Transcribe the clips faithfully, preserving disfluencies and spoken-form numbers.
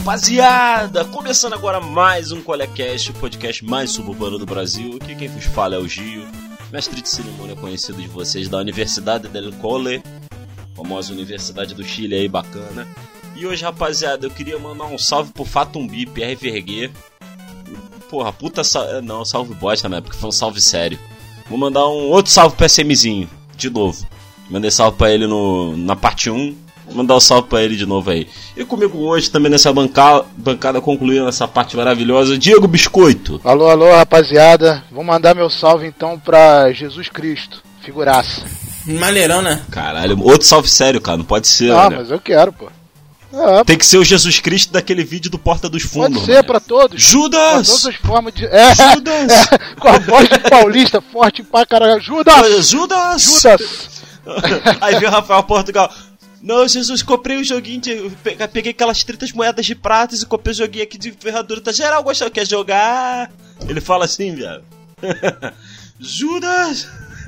rapaziada! Começando agora mais um Colecast, o podcast mais suburbano do Brasil. Aqui quem vos fala é o Gio, mestre de cerimônia conhecido de vocês da Universidade del Colle, famosa Universidade do Chile aí, bacana. E hoje, rapaziada, eu queria mandar um salve pro Fatumbi, P R V G. Porra, puta salve... Não, salve bosta, né? Porque foi um salve sério. Vou mandar um outro salve pro SMzinho, de novo. Mandei salve pra ele no... na parte um. Vou mandar um salve pra ele de novo aí. E comigo hoje, também nessa bancada, bancada concluindo essa parte maravilhosa, Diego Biscoito. Alô, alô, rapaziada. Vou mandar meu salve então pra Jesus Cristo. Figuraça. Maneirão, né? Caralho, outro salve sério, cara. Não pode ser, Ah, né? mas eu quero, pô. É, tem que ser o Jesus Cristo daquele vídeo do Porta dos Fundos. Pode ser, mano. Pra todos. Judas! Pra todas as formas de... É, Judas! É, com a voz de paulista forte pra caralho. Judas! Judas! Judas! Aí veio o Rafael Portugal. Não, Jesus, comprei um joguinho de... Peguei aquelas trinta moedas de prata e comprei um joguinho aqui de ferradura. Tá geral gostando, quer jogar? Ele fala assim, viado. Judas!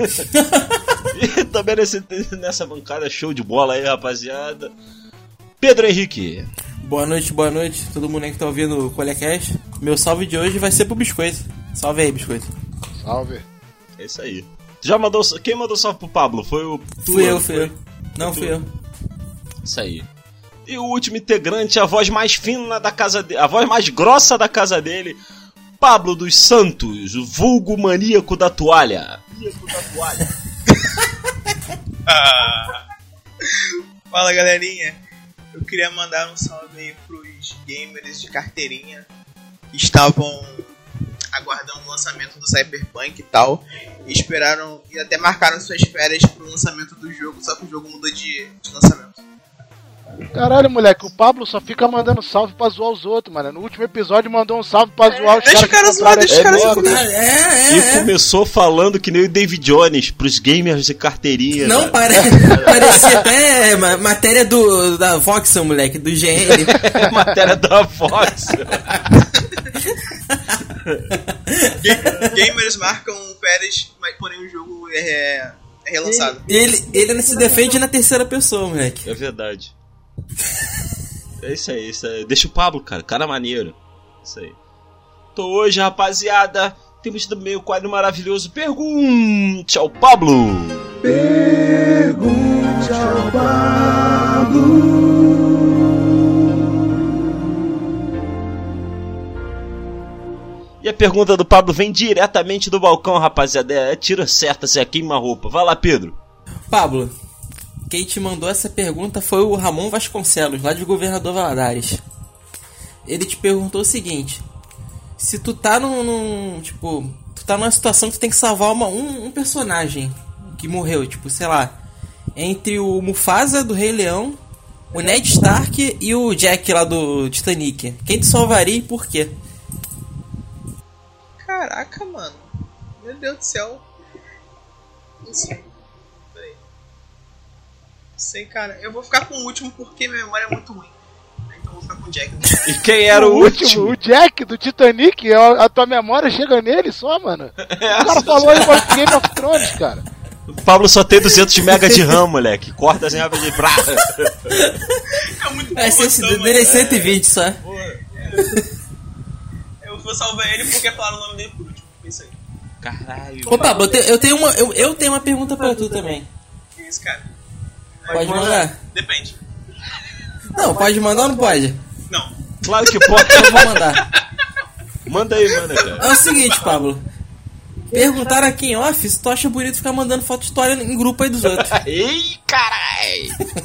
E também nesse, nessa bancada show de bola aí, rapaziada. Pedro Henrique. Boa noite, boa noite. Todo mundo aí que tá ouvindo o Colecast. Meu salve de hoje vai ser pro Biscoito. Salve aí, Biscoito. Salve. É isso aí. Já mandou... Quem mandou salve pro Pablo? Foi o... Fui eu, fui eu. Não, fui eu. Isso aí. E o último integrante, a voz mais fina da casa dele, a voz mais grossa da casa dele, Pablo dos Santos, o vulgo maníaco da toalha. Maníaco da toalha. ah. Fala, galerinha. Eu queria mandar um salve aí pros gamers de carteirinha que estavam aguardando o lançamento do Cyberpunk e tal, e esperaram e até marcaram suas férias pro lançamento do jogo, só que o jogo mudou de, de lançamento. Caralho, moleque, o Pablo só fica mandando salve pra zoar os outros, mano. No último episódio mandou um salve pra zoar os deixa caras. Deixa os caras zoar, deixa os caras É, é, é, E é. começou falando que nem o David Jones pros gamers de carteirinha. Não, pare... parecia até ma- matéria do, da Voxel, moleque, do G N. Matéria da Fox. Gamers marcam férias, mas porém o jogo é, é relançado. Ele, ele não se defende na terceira pessoa, moleque. É verdade. É isso aí, isso aí. Deixa o Pablo, cara, cara maneiro. Isso aí. Então hoje, rapaziada, temos também o quadro maravilhoso Pergunte ao Pablo. Pergunte ao Pablo. E a pergunta do Pablo vem diretamente do balcão, rapaziada. É tiro certo, assim, é queima-roupa. Vai lá, Pedro. Pablo, quem te mandou essa pergunta foi o Ramon Vasconcelos, lá de Governador Valadares. Ele te perguntou o seguinte: se tu tá num, num tipo, tu tá numa situação que tu tem que salvar uma, um, um personagem que morreu, tipo, sei lá, entre o Mufasa do Rei Leão, o Ned Stark e o Jack lá do Titanic, quem te salvaria e por quê? Caraca, mano. Meu Deus do céu. Não sei. Peraí. Não sei, cara. Eu vou ficar com o último porque minha memória é muito ruim. Então eu vou ficar com o Jack. E quem era o, o último? último? O Jack do Titanic. A, a tua memória chega nele só, mano. O cara falou aí com Game of Thrones, cara. O Pablo só tem duzentos mega de RAM, moleque. Corta assim, abre de prata. É muito bom. Vai ser esse dele é cento e vinte só. Eu vou salvar ele porque falaram o nome dele por último. É isso aí. Caralho. Ô Pablo, eu tenho, eu tenho uma, eu, eu tenho uma pergunta pra tu também. Que isso, cara? Pode mandar? Depende. Não, pode mandar ou não pode? Não. Claro que pode. Eu vou mandar. Manda aí, manda, cara. É o seguinte, Pablo. Perguntaram aqui em off se tu acha bonito ficar mandando foto de história em grupo aí dos outros. Ei, carai!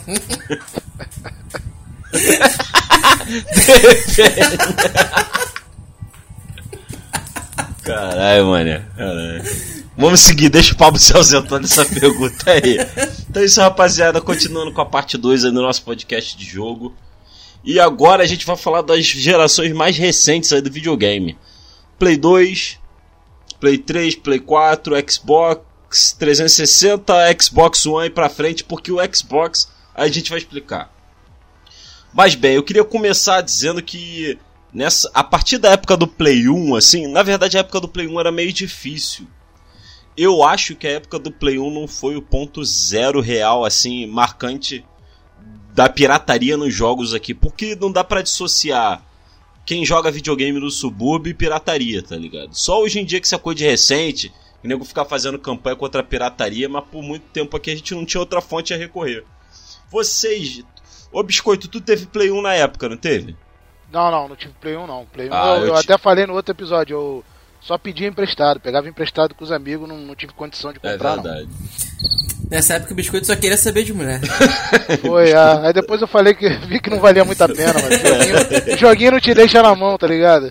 Caralho, mano. Caralho. Vamos seguir, deixa o Pablo se ausentar dessa pergunta aí. Então é isso, rapaziada. Continuando com a parte dois aí do nosso podcast de jogo. E agora a gente vai falar das gerações mais recentes aí do videogame. Play dois, Play três, Play quatro, Xbox trezentos e sessenta, Xbox One e pra frente, porque o Xbox a gente vai explicar. Mas bem, eu queria começar dizendo que nessa, a partir da época do Play um, assim, na verdade a época do Play um era meio difícil. Eu acho que a época do Play um não foi o ponto zero real, assim, marcante da pirataria nos jogos aqui, porque não dá pra dissociar quem joga videogame no subúrbio e pirataria, tá ligado? Só hoje em dia que isso é coisa de recente, o nego ficar fazendo campanha contra a pirataria, mas por muito tempo aqui a gente não tinha outra fonte a recorrer. Vocês... Ô Biscoito, tu teve Play um na época, não teve? Não, não, não tive Play um não. Play um, Ah, eu, eu eu ti- até falei no outro episódio, eu só pedia emprestado, pegava emprestado com os amigos, não, não tive condição de É comprar, não. verdade. Nessa época o Biscoito só queria saber de mulher. Foi, ah, aí depois eu falei que vi que não valia muito a pena, mas o joguinho, o joguinho não te deixa na mão, tá ligado?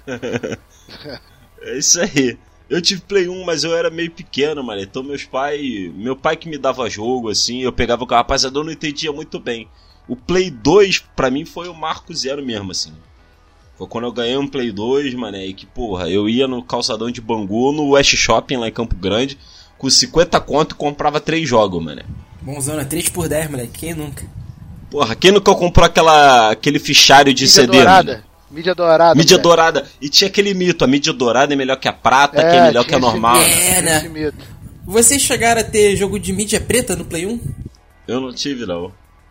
É isso aí. Eu tive Play um, mas eu era meio pequeno, mano. Então meus pais... Meu pai que me dava jogo, assim, eu pegava com a rapaziada, eu não entendia muito bem. O Play dois, pra mim, foi o marco zero mesmo, assim. Foi quando eu ganhei um Play dois, mano, e que, porra, eu ia no calçadão de Bangu, no West Shopping, lá em Campo Grande, com cinquenta conto e comprava três jogos, mano. Bonzão, é três por dez, moleque. Quem nunca? Porra, quem nunca comprou aquela, aquele fichário de Mídia C D, dourada, mano? mídia dourada. Mídia moleque. dourada. E tinha aquele mito, a mídia dourada é melhor que a prata, que é melhor que tinha a esse normal. mito, É, tinha né? esse mito. Vocês chegaram a ter jogo de mídia preta no Play um? Eu não tive, não.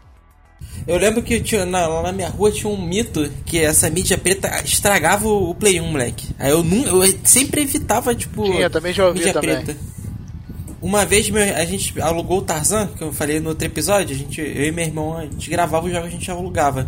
Eu lembro que tinha, na, lá na minha rua tinha um mito que essa mídia preta estragava o, o Play um, moleque. Aí eu, nu, eu sempre evitava, tipo, Tinha, também já ouvi mídia também. preta. Uma vez meu, a gente alugou o Tarzan, que eu falei no outro episódio, a gente, eu e meu irmão, a gente gravava os jogos, a gente alugava.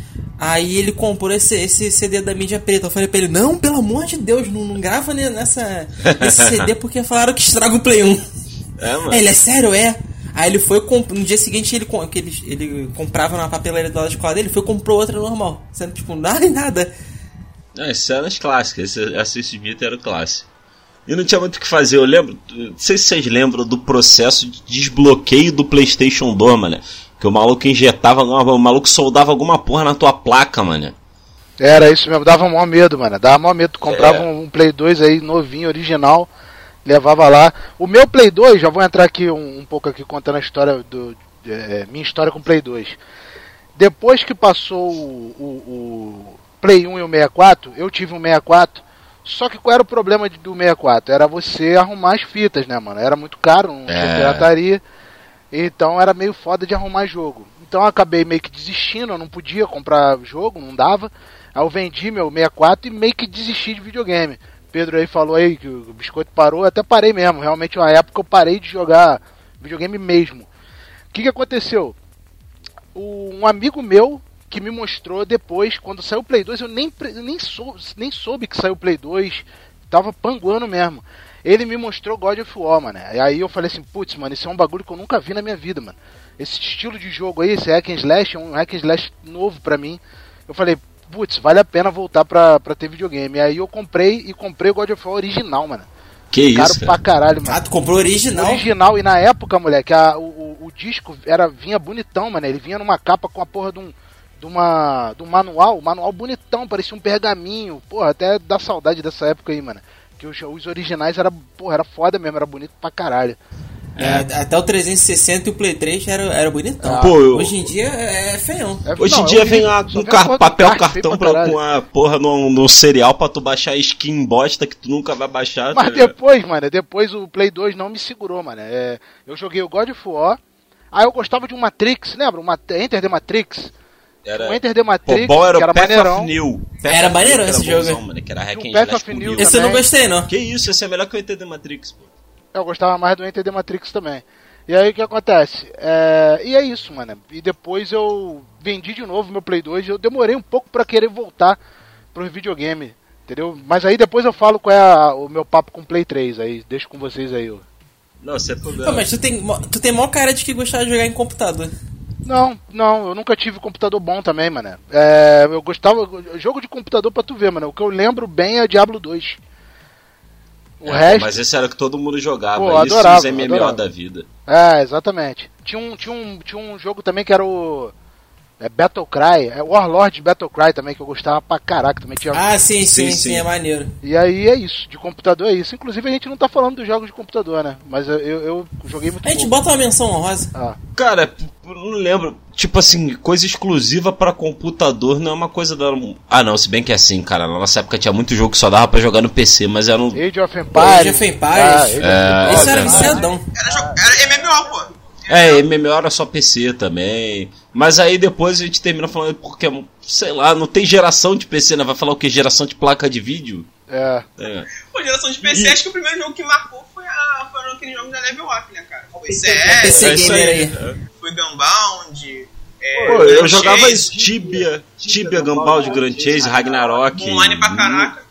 Aí ele comprou esse, esse C D da mídia preta. Eu falei pra ele, não, pelo amor de Deus, não, não grava nessa, nesse C D porque falaram que estraga o Play um. É, mano. Aí ele, é sério, é? Aí ele foi, comp... no dia seguinte ele, com- que ele, ele comprava na papelaria da escola dele, foi e comprou outra normal. Sendo tipo, nada e nada. Não, isso eram as clássicas, esse, esse mito era o clássico. E não tinha muito o que fazer, eu lembro, não sei se vocês lembram do processo de desbloqueio do PlayStation dois, mano. Que o maluco injetava, o maluco soldava alguma porra na tua placa, mano. Era isso mesmo, dava maior medo, mano. Dava maior medo. Tu comprava É. um, um Play dois aí, novinho, original, levava lá. O meu Play dois, já vou entrar aqui um, um pouco aqui contando a história do. É, minha história com o Play dois. Depois que passou o, o, o Play um e o sessenta e quatro, eu tive um sessenta e quatro. Só que qual era o problema de- do sessenta e quatro? Era você arrumar as fitas, né, mano? Era muito caro, não tinha É. pirataria. Então era meio foda de arrumar jogo. Então eu acabei meio que desistindo, eu não podia comprar jogo, não dava. Aí eu vendi meu sessenta e quatro e meio que desisti de videogame. Pedro aí falou aí que o Biscoito parou, eu até parei mesmo. Realmente uma época eu parei de jogar videogame mesmo. O que que aconteceu? O- um amigo meu que me mostrou depois, quando saiu o Play dois, eu nem, pre- nem, sou, nem soube que saiu o Play dois, tava panguando mesmo. Ele me mostrou God of War, mano. E aí eu falei assim, putz, mano, isso é um bagulho que eu nunca vi na minha vida, mano. Esse estilo de jogo aí, esse hack and slash, é um hack and slash novo pra mim. Eu falei, putz, vale a pena voltar pra, pra ter videogame. E aí eu comprei e comprei o God of War original, mano. Que Caro isso, pra cara. caralho, mano. Ah, tu comprou original? Original, e na época, moleque, a, o, o, o disco era, vinha bonitão, mano. Ele vinha numa capa com a porra de um, de uma, de um manual, um manual bonitão, parecia um pergaminho. Porra, até dá saudade dessa época aí, mano. Que os, os originais era, porra, era foda mesmo, era bonito pra caralho. É, até o trezentos e sessenta e o Play três era, era bonitão. Pô, eu- Hoje em dia é feião. É- Hoje não, em dia eu vem vi- a, só um vi a car- porra do papel card, feio cartão pra pra, caralho. com a porra no, no cereal pra tu baixar a skin bosta que tu nunca vai baixar. Mas tá ligado? depois, mano, depois o Play dois não me segurou, mano. É, eu joguei o God of War, aí eu gostava de um Matrix, lembra? Um Mat- Enter the Matrix. Era... O Enter the Pô, Matrix, bom era que era o Path maneirão. of New. Path Era of maneirão New, esse que era jogo. bonzão, mano, que era hack E and o Path slash of com New New. Esse eu não também. gostei, não. Que isso, esse é melhor que o E T The Matrix, pô. Eu gostava mais do Enter the Matrix também. E aí o que acontece? É, e é isso, mano. E depois eu vendi de novo meu Play dois. Eu demorei um pouco pra querer voltar pro videogame, entendeu? Mas aí depois eu falo qual é a- o meu papo com o Play três. Aí deixo com vocês aí. Ó. Não, você é problema. Pô, mas tu tem, mo- tu tem maior cara de que gostava de jogar em computador. Não, não, eu nunca tive computador bom também, mano. É, eu gostava. Jogo de computador pra tu ver, mano. O que eu lembro bem é Diablo dois. O É, pô, resto. mas esse era o que todo mundo jogava. Pô, Isso adorava, e os M M O adorava. da vida. É, exatamente. Tinha um, tinha um, tinha um jogo também que era o. É Battlecry, é Warlord Battlecry também, que eu gostava pra caraca, também tinha. Ah, sim, Sim, sim, sim, sim. é maneiro. E aí é isso, de computador é isso. Inclusive a gente não tá falando dos jogos de computador, né? Mas eu, eu, eu joguei muito A gente pouco. bota uma menção honrosa. Ah, Cara, eu não lembro. Tipo assim, coisa exclusiva pra computador não é uma coisa da. Ah, não, se bem que é assim, cara. Na nossa época tinha muito jogo que só dava pra jogar no P C, mas era um. Age of Empires. Pô, Age of Empires. Ah, Age of É, Empires. Esse era verdade. viciadão. Era, jo- era M M O, pô. É, M M O era só P C também. Mas aí depois a gente termina falando porque, sei lá, não tem geração de P C, né? Vai falar o que? Geração de placa de vídeo? É. É. Pô, geração de P C, acho que o primeiro jogo que marcou foi a, foram aqueles jogos da Level Up, né, cara? Foi P C S, C É isso Gamer aí. É. foi Gunbound, é, Pô, eu Grand jogava Chase, Tibia, Tibia, Gunbound, Grand Chase, Ragnarok. online pra caraca.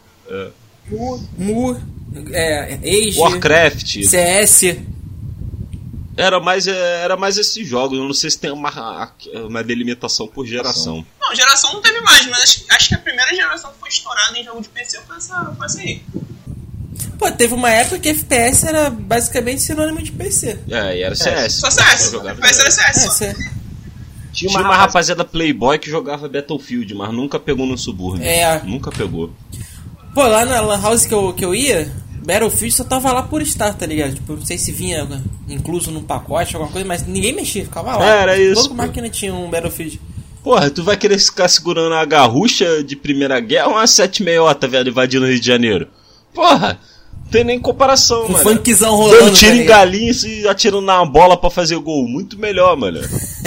Mu, é, Age, Warcraft. C S. Era mais, era mais esses jogos. Eu não sei se tem uma, uma delimitação por geração. Não, geração não teve mais, mas acho, acho que a primeira geração que foi estourada em jogo de P C foi essa, foi essa aí. Pô, teve uma época que F P S era basicamente sinônimo de P C. É, e era C S. Só C S, Eu jogava F P S era C S. É, só. C- Tinha uma rapaziada Playboy que jogava Battlefield, mas nunca pegou no subúrbio. É. Nunca pegou. Pô, lá na Lan House que eu, que eu ia, Battlefield só tava lá por estar, tá ligado? Tipo, não sei se vinha incluso num pacote, alguma coisa, mas ninguém mexia, ficava lá. Era isso, Toda pô. máquina tinha um Battlefield. Porra, tu vai querer ficar segurando a garrucha de Primeira Guerra ou uma sete meiota, velho, invadindo o Rio de Janeiro? Porra, não tem nem comparação, Um mano. funkzão rolando. Dando tiro tá em ligado? galinha e atirando na bola pra fazer gol. Muito melhor, mano.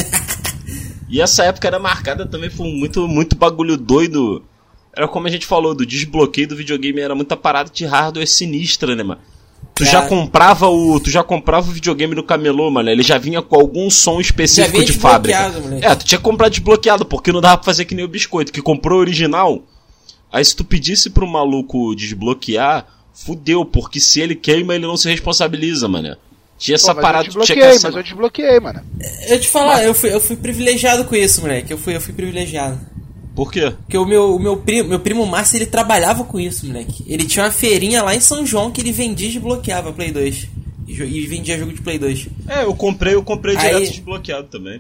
E essa época era marcada também por muito, muito bagulho doido. Era como a gente falou, do desbloqueio do videogame. Era muita parada de hardware sinistra, né, mano? Tu já É. comprava o. Tu já comprava o videogame no camelô, mano. Ele já vinha com algum som específico vinha de fábrica. desbloqueado, moleque. É, tu tinha que comprar desbloqueado, porque não dava pra fazer que nem o biscoito, que comprou original. Aí se tu pedisse pro maluco desbloquear, fudeu, porque se ele queima, ele não se responsabiliza, mano. Tinha essa Pô, mas parada eu tu tinha que desbloqueei, assinar. mas eu desbloqueei, mano. Eu te falar, eu fui, eu fui privilegiado com isso, moleque. Eu fui, eu fui privilegiado. Por quê? Porque o meu, o meu primo, meu primo Márcio, ele trabalhava com isso, moleque. Ele tinha uma feirinha lá em São João que ele vendia e desbloqueava Play dois. E, jo- e vendia jogo de Play dois. É, eu comprei, eu comprei Aí- direto desbloqueado também.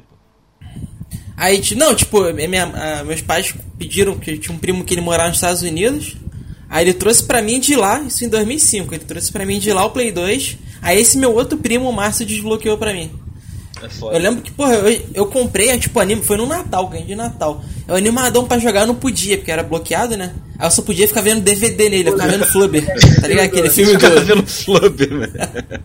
Aí, ti- não, tipo, minha, a- meus pais pediram que tinha um primo que ele morava nos Estados Unidos. Aí ele trouxe pra mim de lá, isso em dois mil e cinco. Ele trouxe pra mim de lá o Play dois. Aí esse meu outro primo, o Márcio, desbloqueou pra mim. É foda. Eu lembro que, porra, eu, eu comprei, tipo, anime, foi no Natal, ganhei de Natal. Eu animadão pra jogar, eu não podia, porque era bloqueado, né? Aí eu só podia ficar vendo D V D nele, eu ficava vendo Flubber, tá ligado? Aquele filme Eu ficava do... vendo Flubber, velho.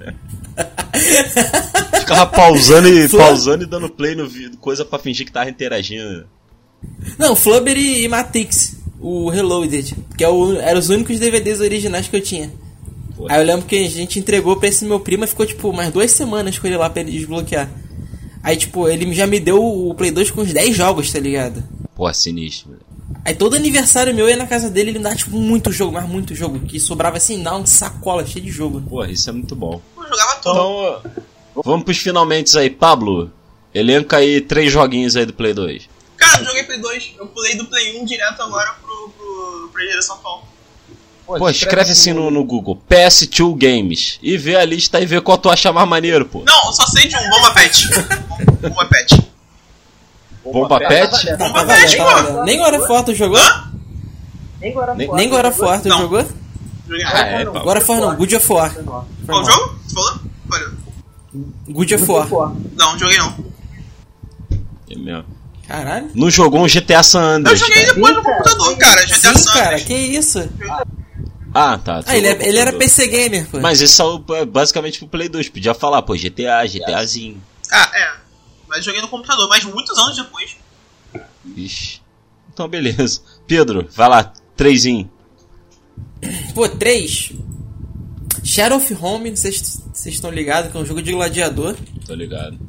Ficava pausando e, Flubber? pausando e dando play no vídeo, coisa pra fingir que tava interagindo. Não, Flubber e, e Matrix, o Reloaded, que é o, eram os únicos D V Ds originais que eu tinha. Porra. Aí eu lembro que a gente entregou pra esse meu primo e ficou, tipo, umas duas semanas com ele lá pra ele desbloquear. Aí, tipo, ele já me deu o Play dois com uns dez jogos, tá ligado? Pô, sinistro, velho. Aí todo aniversário meu ia na casa dele, ele me dava, tipo, muito jogo, mas muito jogo. Que sobrava assim, não, sacola, cheio de jogo. Porra, isso é muito bom. Eu jogava todo. Então, vamos pros finalmente aí. Pablo, elenca aí três joguinhos aí do Play dois. Cara, eu joguei Play dois. Eu pulei do Play um direto agora pro, pro, pra geração atual. Pô, escreve assim no, no Google, P S dois Games, e vê a lista e vê qual tu acha mais maneiro, pô. Não, eu só sei de um Bomba Pet. Bomba Pet. Bomba Pet? Tá, tá Bomba valendo, Pet, tá pô. valendo. Nem God of War tu jogou? Hã? Nem agora Nem- Nem God of War tu Não. jogou? Joguei Ah, não. é, Pablo. God of War não, Good of War. Qual jogo? Você falou? Olha. Good of War. Não, joguei não. É mesmo. Caralho. Não jogou um G T A San Eu Andreas, joguei cara. depois no computador, cara. G T A Sim, San cara, Andreas. que isso? Ah, tá. tu Ah, ele, jogou é- ele era computador. P C Gamer, pô. Mas isso é basicamente pro Play dois. Podia falar, pô, G T A, GTAzinho. Ah, é. Mas joguei no computador, mas muitos anos depois. Vixe. Então, beleza. Pedro, vai lá, trezinho. Pô, três. Shadow of Home, vocês vocês estão ligados, que é um jogo de gladiador. Tô ligado.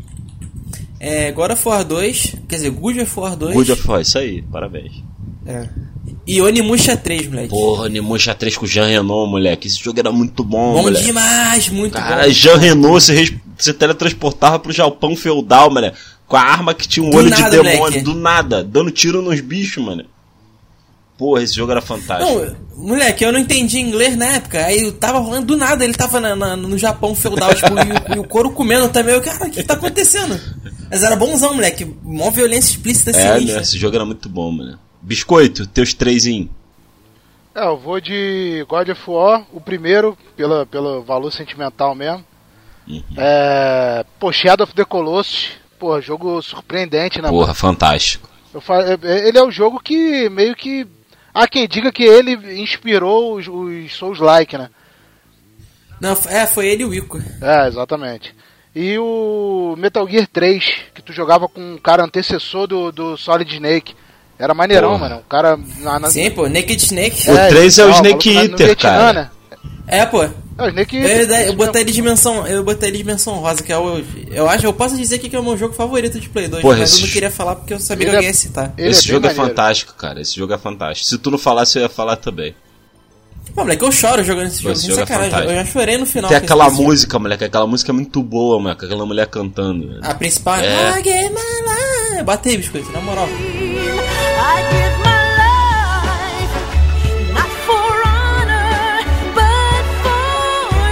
É, God of War dois, quer dizer, Good of War dois. Good of War, isso aí, parabéns. É. E Onimusha três, moleque. Porra, Onimusha três com o Jean Renault, moleque. Esse jogo era muito bom, Bom moleque. demais, muito Cara, bom. Jean Renault se, res- se teletransportava pro Japão feudal, mano. Com a arma que tinha um Do olho nada, de demônio, moleque. do nada, dando tiro nos bichos, mano. Porra, esse jogo era fantástico. Não, moleque, eu não entendi inglês na época. Aí eu tava rolando do nada, ele tava na- na- no Japão feudal, tipo, e, o- e o couro comendo também. Eu, cara, o que tá acontecendo? Mas era bonzão, moleque. Mó violência explícita é, sinistra. né, esse jogo era muito bom, mano. Biscoito, teus trezinho. É, eu vou de God of War, o primeiro, pela, pelo valor sentimental mesmo. Uhum. É, pô, Shadow of the Colossus, pô, jogo surpreendente, né? Porra, fantástico. Eu fa- é- ele é o jogo que meio que... Há quem diga que ele inspirou os, os Souls-like, né? Não, é, foi ele e o Ico. É, exatamente. E o Metal Gear três, que tu jogava com um cara antecessor do, do Solid Snake. Era maneirão, Porra. mano. O cara... Na, na... Sim, pô, Naked Snake. O três é o tal, Snake maluco na- no Eater, Vietnã, cara. né? É, pô. É, o Snake Eu, Eater. eu, isso botei ele mesmo. de menção, eu botei ele de menção rosa, que é o. Eu acho, eu posso dizer aqui que é o meu jogo favorito de Play dois, Porra, mas eu esse não queria falar porque eu sabia que Ele é- alguém ia citar. Ele Esse é bem jogo é maneiro. fantástico, cara. Esse jogo é fantástico. Se tu não falasse, eu ia falar também. Pô, moleque, eu choro jogando esse Pô, jogo, esse sem jogo é sacanagem. fantástico. Eu já chorei no final. Tem com aquela esse jogo. música, moleque. Aquela música é muito boa, moleque. Aquela mulher cantando. Né? A principal É. I gave my life. Bate aí, biscoito, na moral. I give my life, not for honor, but for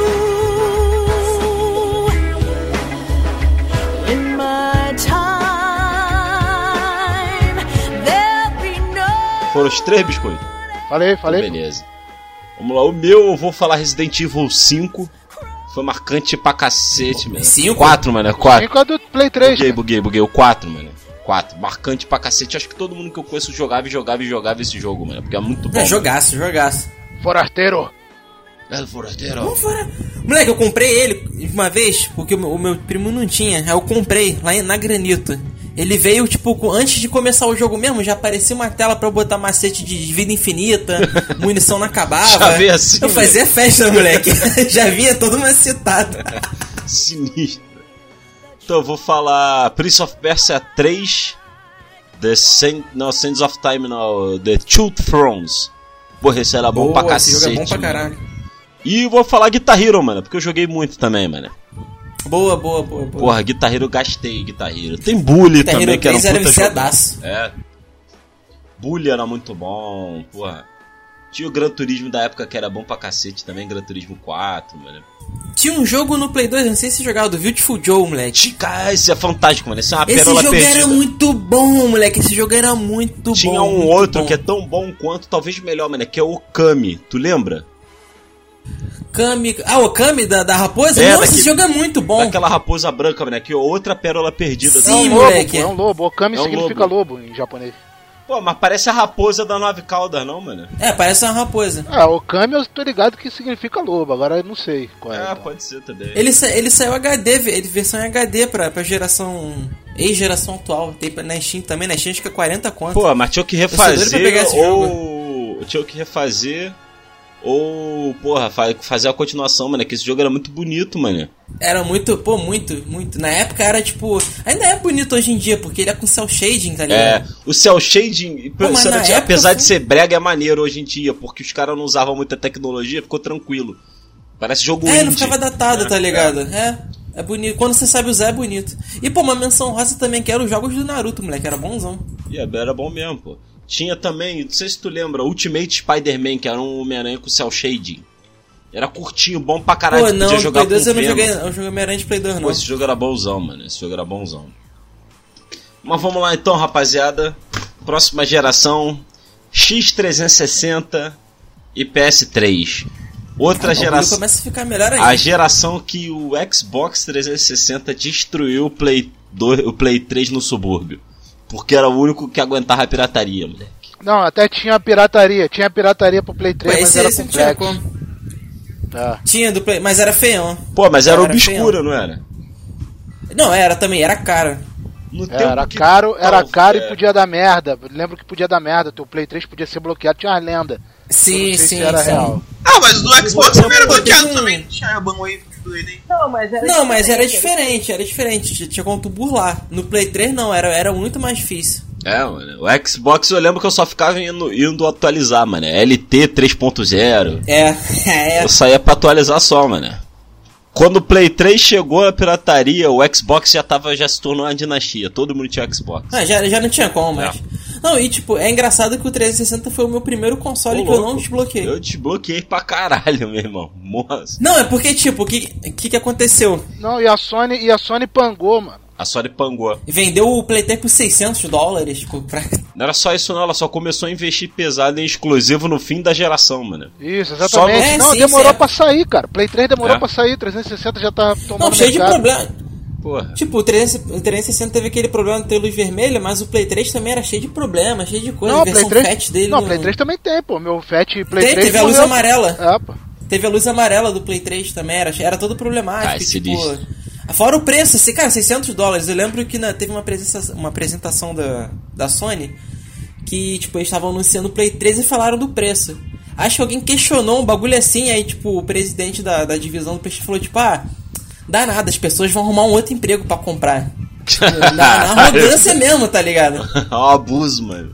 you. In my time, there'll be no. Foram os três biscoitos? Falei, falei. Beleza. Vamos lá. O meu, eu vou falar Resident Evil cinco. Foi marcante pra cacete, mano. Cinco? quatro, mano. quatro. cinco é do Play três. Buguei, cara. buguei, buguei. O quatro, mano. quatro. Marcante pra cacete. Acho que todo mundo que eu conheço jogava e jogava e jogava esse jogo, mano. Porque é muito bom. É, jogaço, jogaço. Forasteiro. El Forasteiro. Vamos fora. Moleque, eu comprei ele uma vez, porque o meu, o meu primo não tinha. Aí eu comprei lá em- na Granito. Ele veio, tipo, com- antes de começar o jogo mesmo, já aparecia uma tela pra eu botar macete de vida infinita, munição não acabava. Já veio assim, Eu fazia festa, moleque. Já vinha todo macetado. Sinistro. Então eu vou falar Prince of Persia três. The Saint, não, Sands of Time não. The Two Thrones. Porra, esse era bom Boa, pra esse cacete. jogo é bom pra mano. caralho. E vou falar Guitar Hero, mano. Porque eu joguei muito também, mano. Boa, boa, boa, boa. Porra, Guitar Hero eu gastei Guitar Hero. Tem Bully Guitar também, Hero que era um três era puta viciadaço. jogo. É. Bully era muito bom, porra. Tinha o Gran Turismo da época que era bom pra cacete também, Gran Turismo quatro, mano. Tinha um jogo no Play dois, não sei se você jogava, do Beautiful Joe, moleque. Chica, esse é fantástico, mano. Esse é uma Esse pérola jogo perdida. era muito bom, moleque. Esse jogo era muito Tinha bom. um muito outro bom. que é tão bom quanto, talvez melhor, mano, que é o Kami. Tu lembra? Kami. Ah, o Kami da, da raposa? É, Nossa, daquele- esse jogo é muito bom. Daquela raposa branca, mano, que é outra pérola perdida. Sim, é um moleque. lobo, pô, é um lobo. Okami É um significa lobo. em japonês. Pô, mas parece a raposa da Nove Caldas, não, mano? É, parece uma raposa. Ah, Okami eu tô ligado que significa lobo. Agora eu não sei qual é. É, então. pode ser também. Ele, sa- ele saiu H D, ele versão em H D pra, pra geração. Ex-geração atual. Tem pra- na Steam também, na Steam acho que é quarenta conto. Pô, mas tinha que sou doido pra refazer pegar esse ou... Tinha que refazer ou, porra, fa- fazer a continuação, mano, que esse jogo era muito bonito, mano. Era muito, pô, muito, muito. Na época era tipo. Ainda é bonito hoje em dia, porque ele é com cel shading, tá É, ligado? o cel shading, Pô, mas isso era- na época apesar de foi- ser brega, é maneiro hoje em dia, porque os caras não usavam muita tecnologia, ficou tranquilo. Parece jogo É, indie. não ficava datado, É, tá ligado? É. É bonito. Quando você sabe usar, é bonito. E, pô, uma menção rosa também, que era os jogos do Naruto, moleque. Era bonzão. E é, era bom mesmo, pô. Tinha também, não sei se tu lembra, Ultimate Spider-Man, que era um Homem-Aranha com cel shading. Era curtinho, bom pra caralho, Pô, tu não, podia no jogar Play dois com eu não Venom. joguei. Eu joguei Homem-Aranha de Play dois, Pô, não. esse jogo era bonzão, mano. Esse jogo era bonzão. Mas vamos lá então, rapaziada. Próxima geração: X trezentos e sessenta e P S três. Outra Ah, o bagulho geração. começa a ficar melhor ainda. A geração que o Xbox trezentos e sessenta destruiu o Play dois, o Play três no subúrbio. Porque era o único que aguentava a pirataria, moleque. Não, até tinha pirataria. Tinha pirataria pro Play Pô, três, mas esse, era esse não tinha complexo. como. Tá. Tinha do Play, mas era feião. Pô, mas era, Era obscura, feião. não era? Não, era também, era cara. No É, Era tempo que- caro, era Tal- caro é. e podia dar merda. Lembro que podia dar merda. Teu Play três podia ser bloqueado, tinha uma lenda. Eu Sim, não sei sim, se era sim. real. Ah, mas o Xbox também era Pô, bloqueado teve um- também. Tinha Banway aí. Não, mas era Não, mas era diferente, diferente, era diferente. Tinha- Tinha como tu burlar. No Play três não, era, era muito mais difícil. É, mano. O Xbox eu lembro que eu só ficava indo, indo atualizar, mano. L T três ponto zero. É, é. Eu saía pra atualizar só, mano. Quando o Play três chegou a pirataria, o Xbox já tava, já se tornou uma dinastia. Todo mundo tinha Xbox. Ah, já, já não tinha como, mas. Não, e tipo, é engraçado que o trezentos e sessenta foi o meu primeiro console Ô, que eu louco. não desbloqueei. Eu desbloqueei pra caralho, meu irmão. Nossa. Não, é porque, tipo, o que, que que aconteceu? Não, e a Sony, e a Sony pangou, mano. A Sony pangou. Vendeu o Play três por seiscentos dólares, tipo, pra... Não era só isso não, ela só começou a investir pesado em exclusivo no fim da geração, mano. Isso, exatamente. Só no- Não, É, sim, demorou certo. pra sair, cara. Play três demorou É. pra sair, trezentos e sessenta já tá tomando Não, cheio de mercado. problema. Porra. Tipo, o trezentos o trezentos e sessenta teve aquele problema de ter luz vermelha, mas o Play três também era cheio de problema, cheio de coisa. Não, a Play versão três, fat dele. não, não- Play três também tem, pô. Meu Fat Play Tem, três teve a luz morreu. amarela. É, pô. Teve a luz amarela do Play três também, era, era todo problemático. Ah, tipo, sinistro. Fora o preço, assim, cara, seiscentos dólares. Eu lembro que na, teve uma apresentação, uma apresentação da, da Sony que, tipo, eles estavam anunciando o Play três e falaram do preço. Acho que alguém questionou um bagulho assim, aí, tipo, o presidente da, da divisão do peixe falou, tipo, ah, dá nada, as pessoas vão arrumar um outro emprego pra comprar. Tipo, na, na arrogância mesmo, tá ligado? É um abuso, mano.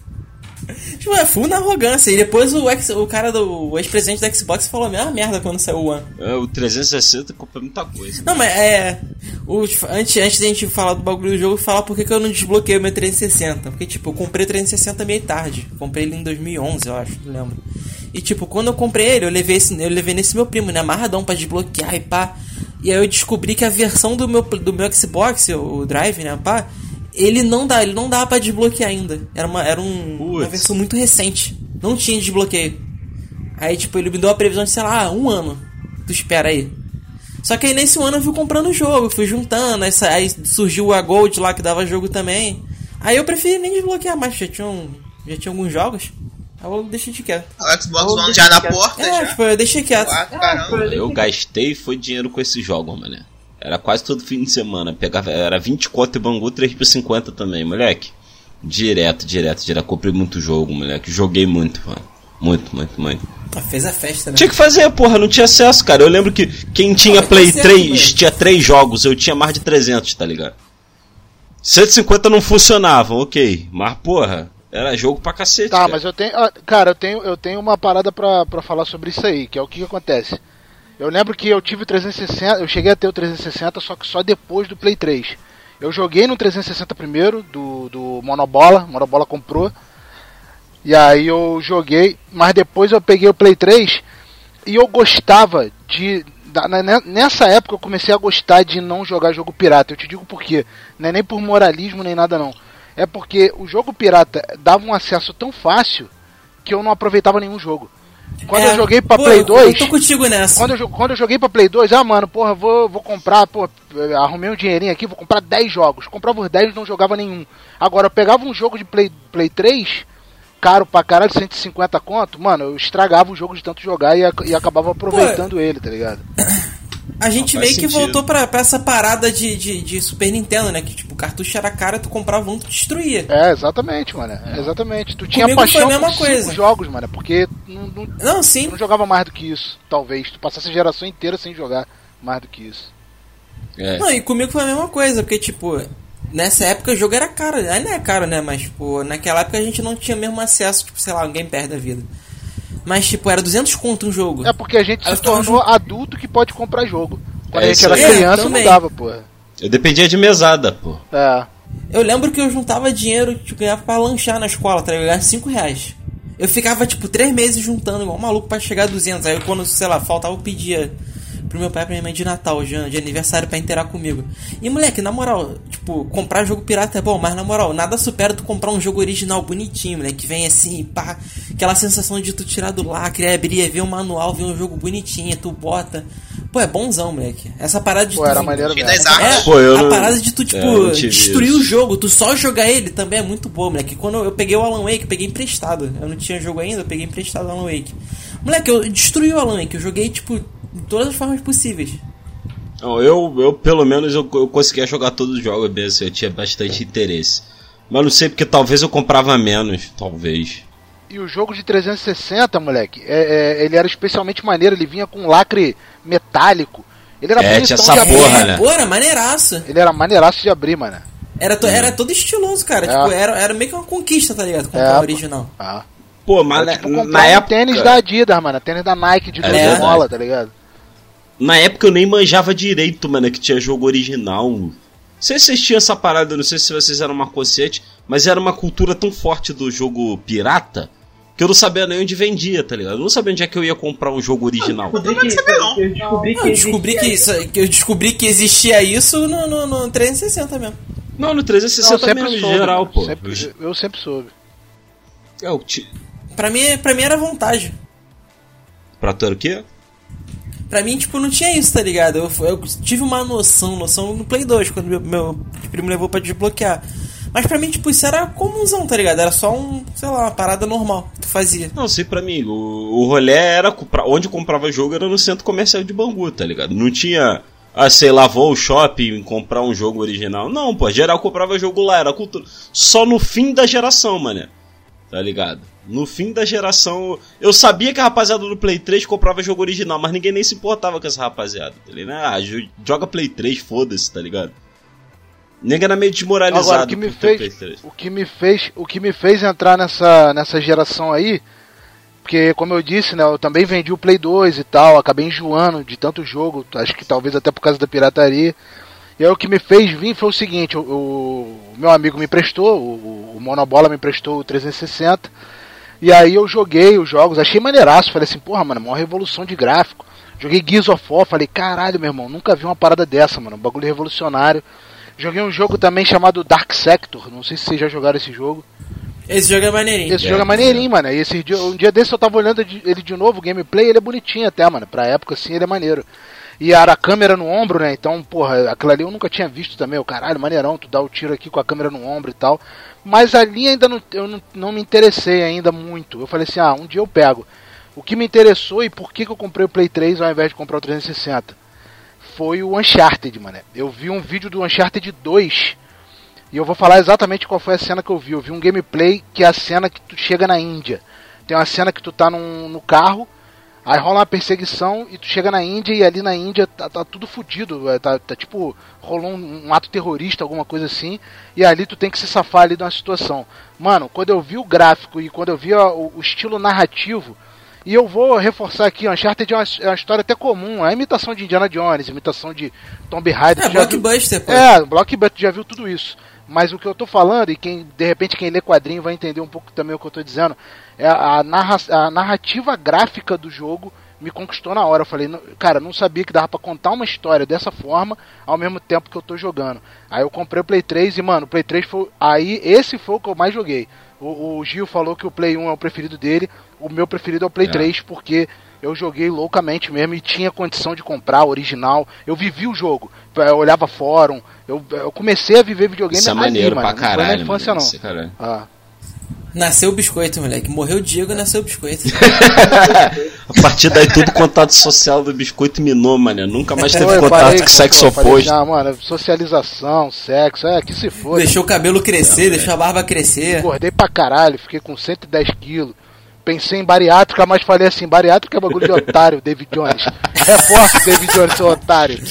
Tipo, é full na arrogância. E depois o, ex, o cara do o ex-presidente da Xbox falou a mesma merda quando saiu o One. É, o trezentos e sessenta comprou muita coisa. Não, mas é... O, antes, antes da gente falar do bagulho do jogo, falar por que que eu não desbloqueei o meu trezentos e sessenta. Porque, tipo, eu comprei o trezentos e sessenta meio tarde. Comprei ele em dois mil e onze, eu acho, não lembro. E, tipo, quando eu comprei ele, eu levei, esse, eu levei nesse meu primo, né? Amarradão pra desbloquear e pá. E aí eu descobri que a versão do meu, do meu Xbox, o Drive, né, pá... Ele não dá, ele não dá pra desbloquear ainda. Era uma, era um, uma versão muito recente. Não tinha desbloqueio. Aí, tipo, ele me deu a previsão de, sei lá, um ano. Tu espera aí. Só que aí nesse ano eu fui comprando o jogo, fui juntando. Aí, aí surgiu a Gold lá que dava jogo também. Aí eu preferi nem desbloquear mais, já tinha, um, já tinha alguns jogos. Aí eu deixei de quieto. O Xbox One já na porta, É, já. tipo, eu deixei quieto. Ah, caramba. Eu gastei foi dinheiro com esses jogos, mano. Era quase todo fim de semana. Pegava, era vinte conto e Bangu, três por cinquenta também, moleque. Direto, direto, direto. Comprei muito jogo, moleque. Joguei muito, mano. Muito, muito, muito. Ah, fez a festa, né? Tinha que fazer, porra, não tinha acesso, cara. Eu lembro que quem tinha Não, Play tá três certo, tinha três jogos, eu tinha mais de trezentos, tá ligado? cento e cinquenta não funcionavam, ok. Mas, porra, era jogo pra cacete. Tá, cara. mas eu tenho. ah, Cara, eu tenho, eu tenho uma parada pra, pra falar sobre isso aí, que é o que, que acontece. Eu lembro que eu tive o trezentos e sessenta, eu cheguei a ter o trezentos e sessenta, só que só depois do Play três. Eu joguei no trezentos e sessenta primeiro, do, do Monobola, Monobola comprou. E aí eu joguei, mas depois eu peguei o Play três e eu gostava de... da- na- Nessa época eu comecei a gostar de não jogar jogo pirata. Eu te digo por quê. Não é nem por moralismo nem nada não. É porque o jogo pirata dava um acesso tão fácil que eu não aproveitava nenhum jogo. Quando É, eu joguei pra pô, Play eu- dois... Eu tô contigo nessa. Quando eu, jo- quando eu joguei pra Play dois, ah, mano, porra, vou, vou comprar, pô, eh, arrumei um dinheirinho aqui, vou comprar dez jogos. Comprava os dez e não jogava nenhum. Agora, eu pegava um jogo de Play, Play três, caro pra caralho, cento e cinquenta conto, mano, eu estragava o jogo de tanto jogar e, ac- e acabava aproveitando ele, tá ligado? A gente Não, meio faz que sentido. voltou pra, pra essa parada de, de, de Super Nintendo, né? Que tipo, o cartucho era caro, tu comprava um, tu destruía. É, exatamente, mano, é, exatamente. Tu tinha Comigo foi paixão a mesma por cinco coisa. jogos, mano, porque não, não, Não, sim. tu não jogava mais do que isso, talvez. Tu passasse a geração inteira sem jogar mais do que isso. É. Não, e comigo foi a mesma coisa, porque tipo, nessa época o jogo era caro. Ainda é caro, né? Mas, tipo, naquela época a gente não tinha mesmo acesso, tipo, sei lá, alguém perde a vida. Mas, tipo, era duzentos conto um jogo. É porque a gente Aí eu se ficava tornou adulto que pode comprar jogo. Quando É a gente isso era aí. criança É, não também. dava, porra. Eu dependia de mesada, pô. É. Eu lembro que eu juntava dinheiro, tipo, ganhava pra lanchar na escola, tá ligado? Eu ganhava cinco reais. Eu ficava, tipo, três meses juntando igual um maluco pra chegar a duzentos. Aí quando, sei lá, faltava, eu pedia pro meu pai e pra minha mãe de Natal, de, de aniversário, pra inteirar comigo. E, moleque, na moral, tipo, comprar jogo pirata é bom, mas na moral, nada supera tu comprar um jogo original bonitinho, moleque, que vem assim, pá, aquela sensação de tu tirar do lacre, abrir, ver o manual, ver um jogo bonitinho, tu bota. Pô, é bonzão, moleque. Essa parada de Pô, tu... era maneiro E mesmo. das armas. É, Pô, eu a não- parada de tu, tipo, É, eu não tive destruir isso. o jogo, tu só jogar ele também é muito bom, moleque. Quando eu peguei o Alan Wake, eu peguei emprestado. Eu não tinha jogo ainda, eu peguei emprestado o Alan Wake. Moleque, eu destruí o Alan Wake, eu joguei, tipo, de todas as formas possíveis. Não, eu, eu, pelo menos, eu, eu conseguia jogar todos os jogos mesmo, eu tinha bastante interesse. Mas não sei, porque talvez eu comprava menos, talvez. E o jogo de trezentos e sessenta, moleque, é, é, ele era especialmente maneiro, ele vinha com um lacre metálico. Ele era É, bonitão tinha de essa abrir. porra, é, né? pô, era maneiraço. Ele era maneiraço de abrir, mano. Era, to- era todo estiloso, cara. É. Tipo, era, era meio que uma conquista, tá ligado? Comprar É, o pô. original. Ah. Pô, mas Era na, tipo comprar na um época... tênis da Adidas, mano. Tênis da Nike de É doze verdade. mola, tá ligado? Na época eu nem manjava direito, mano, que tinha jogo original. Não sei se vocês tinham essa parada, não sei se vocês eram Marcocete, mas era uma cultura tão forte do jogo pirata que eu não sabia nem onde vendia, tá ligado? Eu não sabia onde é que eu ia comprar um jogo original. Descobri que, sabia, não. eu descobri Não, que eu descobri que, existia- isso, que eu descobri que existia isso no, no, no trezentos e sessenta mesmo. Não, no trezentos e Não, sessenta sempre mesmo, em soube, geral, mano. pô. Sempre- eu sempre soube. É, o ti... Pra mim, pra mim era vantagem. Pra tu era o quê? Pra mim, tipo, não tinha isso, tá ligado? Eu, eu tive uma noção, noção no Play dois, quando meu, meu primo levou pra desbloquear. Mas pra mim, tipo, isso era comunzão, tá ligado? Era só um, sei lá, uma parada normal que tu fazia. Não, sei pra mim, o, o rolê era, pra onde eu comprava jogo era no centro comercial de Bangu, tá ligado? Não tinha ah, sei lá, vou ao shopping comprar um jogo original. Não, pô, geral comprava jogo lá, era cultura. Só no fim da geração, mané. Tá ligado? No fim da geração, eu sabia que a rapaziada do Play três comprava jogo original, mas ninguém nem se importava com essa rapaziada, tá ligado? Ah, joga Play três, foda-se, tá ligado? Ninguém era meio desmoralizado. Agora, o que me fez, o que me fez, o que me fez entrar nessa, nessa geração aí, porque como eu disse, né, eu também vendi o Play dois e tal, acabei enjoando de tanto jogo, acho que talvez até por causa da pirataria. E aí o que me fez vir foi o seguinte, o, o meu amigo me emprestou, o, o Monobola me emprestou o trezentos e sessenta, e aí eu joguei os jogos, achei maneiraço, falei assim, porra, mano, uma revolução de gráfico. Joguei Gears of War, falei, caralho, meu irmão, nunca vi uma parada dessa, mano, um bagulho revolucionário. Joguei um jogo também chamado Dark Sector, não sei se vocês já jogaram esse jogo. Esse jogo é maneirinho. Esse é, jogo é maneirinho, mano. E esse dia, um dia desse eu tava olhando ele de novo, o gameplay, ele é bonitinho até, mano. Pra época, assim, ele é maneiro. E era a câmera no ombro, né? Então, porra, aquilo ali eu nunca tinha visto também. O caralho, maneirão, tu dá o tiro aqui com a câmera no ombro e tal. Mas ali ainda não, eu não, não me interessei ainda muito. Eu falei assim, ah, um dia eu pego. O que me interessou e por que, que eu comprei o Play três ao invés de comprar o trezentos e sessenta foi o Uncharted, mano. Eu vi um vídeo do Uncharted dois e eu vou falar exatamente qual foi a cena que eu vi. Eu vi um gameplay que é a cena que tu chega na Índia. Tem uma cena que tu tá num, no carro, aí rola uma perseguição e tu chega na Índia e ali na Índia tá, tá tudo fodido. Tá, tá tipo, rolou um, um ato terrorista, alguma coisa assim, e ali tu tem que se safar ali de uma situação. Mano, quando eu vi o gráfico e quando eu vi ó, o, o estilo narrativo, e eu vou reforçar aqui, Uncharted é uma, é uma história até comum, é a imitação de Indiana Jones, imitação de Tomb Raider. É, blockbuster, pô. É, blockbuster, já viu tudo isso. Mas o que eu tô falando, e quem de repente quem lê quadrinho vai entender um pouco também o que eu tô dizendo, é a, narra, a narrativa gráfica do jogo me conquistou na hora. Eu falei, cara, não sabia que dava pra contar uma história dessa forma ao mesmo tempo que eu tô jogando. Aí eu comprei o Play três e, mano, o Play três foi... Aí, esse foi o que eu mais joguei. O, o Gil falou que o Play um é o preferido dele, o meu preferido é o Play é. três, porque eu joguei loucamente mesmo e tinha condição de comprar o original. Eu vivi o jogo, eu olhava fórum, eu, eu comecei a viver videogame Isso é ali, maneiro mano. pra caralho, não foi na infância, mano, não. isso, caralho. Ah. Nasceu o biscoito, moleque. Morreu o Diego, nasceu o biscoito. A partir daí, todo contato social do biscoito minou, mano. Nunca mais teve Pô, contato parei, com sexo pô, falei, oposto. ah, mano, socialização, sexo, é, que se for. Deixou o cabelo crescer, é, deixou a barba crescer. Engordei pra caralho, fiquei com cento e dez quilos. Pensei em bariátrica, mas falei assim, bariátrica é bagulho de otário, David Jones. Reforça, David Jones, seu otário.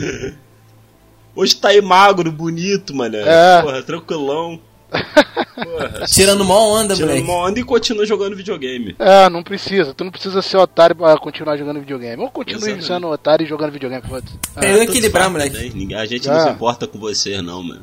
Hoje tá aí magro, bonito, mano. É. Porra, tranquilão. Porra, tirando mó onda, tirando moleque. mó onda e continua jogando videogame. É, não precisa. Tu não precisa ser otário pra continuar jogando videogame. Ou continue Exatamente. sendo otário e jogando videogame. Foda-se. É, Ah, equilibrar, faz, moleque. né? A gente Ah. não se importa com vocês, não, mano.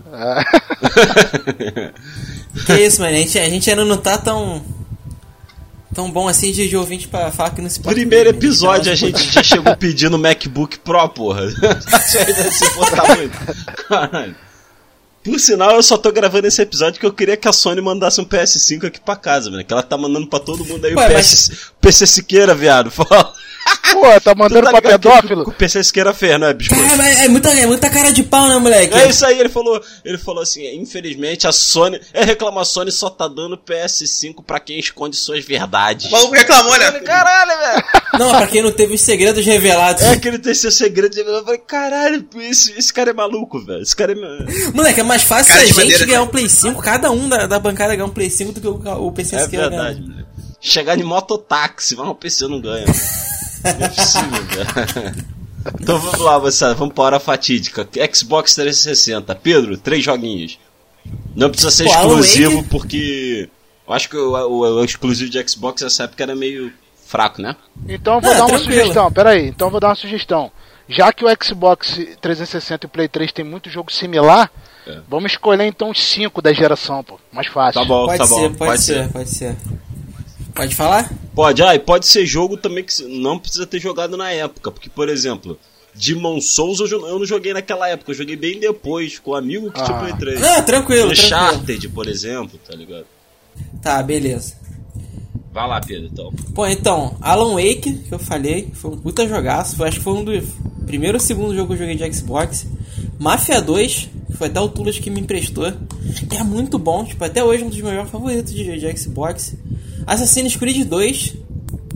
É. Que isso, mano. A gente, a gente ainda não tá tão... tão bom assim de, de ouvinte pra falar que não se pode. Primeiro episódio a gente já chegou pedindo MacBook Pro, porra. Você ainda se importar muito. Caralho. Por sinal, eu só tô gravando esse episódio porque eu queria que a Sony mandasse um P S cinco aqui pra casa, velho. Que ela tá mandando pra todo mundo aí. Ué, o P S, mas... P C Siqueira, viado. Fala. Pô, tá mandando tá pra pedófilo? O P C Siqueira fez, não é, biscoito? Cara, mas é muita, é muita cara de pau, né, moleque? É isso aí, ele falou, ele falou assim, infelizmente a Sony, é reclamar, a Sony só tá dando P S cinco pra quem esconde suas verdades. O maluco reclamou, né? Caralho, velho. Não, pra quem não teve os segredos revelados. É que ele tem seu segredo revelado. Eu falei, caralho, esse, esse cara é maluco, velho. Esse cara é... Moleque, é mais fácil Cara a de gente madeira, ganhar né? um Play cinco, cada um da, da bancada ganhar um Play cinco do que o, o P C É Siqueira verdade, ganha. moleque. Chegar de mototáxi, mas o P C não ganha, mano. Não é possível, velho. Então vamos lá, moçada, vamos pra hora fatídica. Xbox trezentos e sessenta. Pedro, três joguinhos. Não precisa ser Pô, exclusivo, Wake? porque eu acho que o, o, o exclusivo de Xbox nessa época era meio fraco, né? Então eu vou Ah, dar uma tranquilo. sugestão, peraí, então eu vou dar uma sugestão. Já que o Xbox trezentos e sessenta e o Play três tem muito jogo similar, É. vamos escolher então os cinco da geração, pô. Mais fácil. Tá bom, Pode tá ser, bom. pode, pode ser, ser. pode ser. Pode falar? Pode, ah, e pode ser jogo também que não precisa ter jogado na época. Porque, por exemplo, Demon Souls eu jo- eu não joguei naquela época, eu joguei bem depois, com um amigo que tinha Ah. Play três. Ah, tranquilo, tranquilo. Uncharted, por exemplo, tá ligado? Tá, beleza. Vai lá, Pedro, então. Pô, então, Alan Wake, que eu falei, foi um puta jogaço. Foi, acho que foi um dos primeiro ou segundo jogo que eu joguei de Xbox. Mafia dois, que foi até o Tulas que me emprestou. É muito bom, tipo, até hoje é um dos meus jogos favoritos de, de Xbox. Assassin's Creed dois,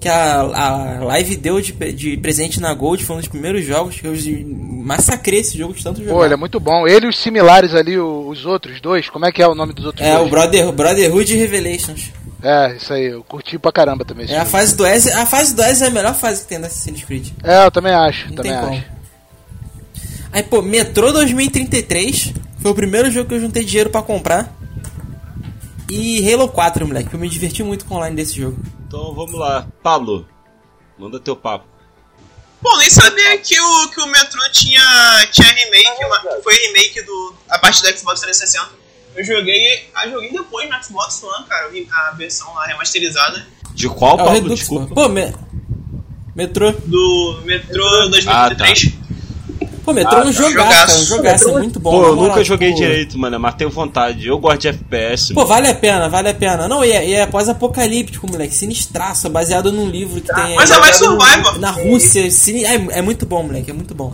que a, a Live deu de, de presente na Gold, foi um dos primeiros jogos que eu massacrei esse jogo de tanto jogar. Pô, ele é muito bom. Ele e os similares ali, o- os outros dois, como é que é o nome dos outros É, dois? o Brother, Brotherhood Revelations. É, isso aí, eu curti pra caramba também esse É a jogo. fase do S, a fase do S é a melhor fase que tem da Assassin's Creed. É, eu também acho, Não também tem como. acho. Aí, pô, Metro dois mil e trinta e três foi o primeiro jogo que eu juntei dinheiro pra comprar. E Halo quatro, moleque, eu me diverti muito com o online desse jogo. Então vamos lá. Pablo, manda teu papo. Bom, nem sabia que o, que o Metro tinha, tinha remake, uma, foi remake do, a partir do Xbox trezentos e sessenta. Eu joguei, ah, joguei depois no Xbox One, cara, a versão lá remasterizada De qual, É o Pablo? Redux, Desculpa. pô. Pô, me... Metrô. do Metro dois mil e trinta e três. Pô, Metrô é um jogaço, cara, um jogaço. jogaço, é muito bom. Pô, na eu moral, nunca joguei pô. direito, mano, mas tenho vontade. Eu gosto de F P S, Pô, mano. vale a pena, vale a pena. Não, e é, e é pós-apocalíptico, moleque, sinistraço, baseado num livro que tem... Mas é mais survival. Na Rússia, sini... é, é muito bom, moleque, é muito bom.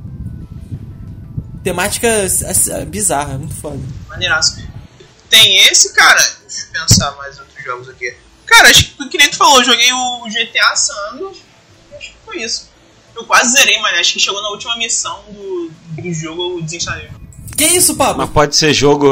Temática é, é, bizarra, é muito foda. Maneiraço. Tem esse, cara, deixa eu pensar mais outros jogos aqui. Cara, acho que, que nem tu falou, eu joguei o G T A San Andreas, acho que foi isso. Eu quase zerei, mas acho que chegou na última missão do, do jogo, eu desinstalei. Que isso, Pablo? Mas pode ser jogo...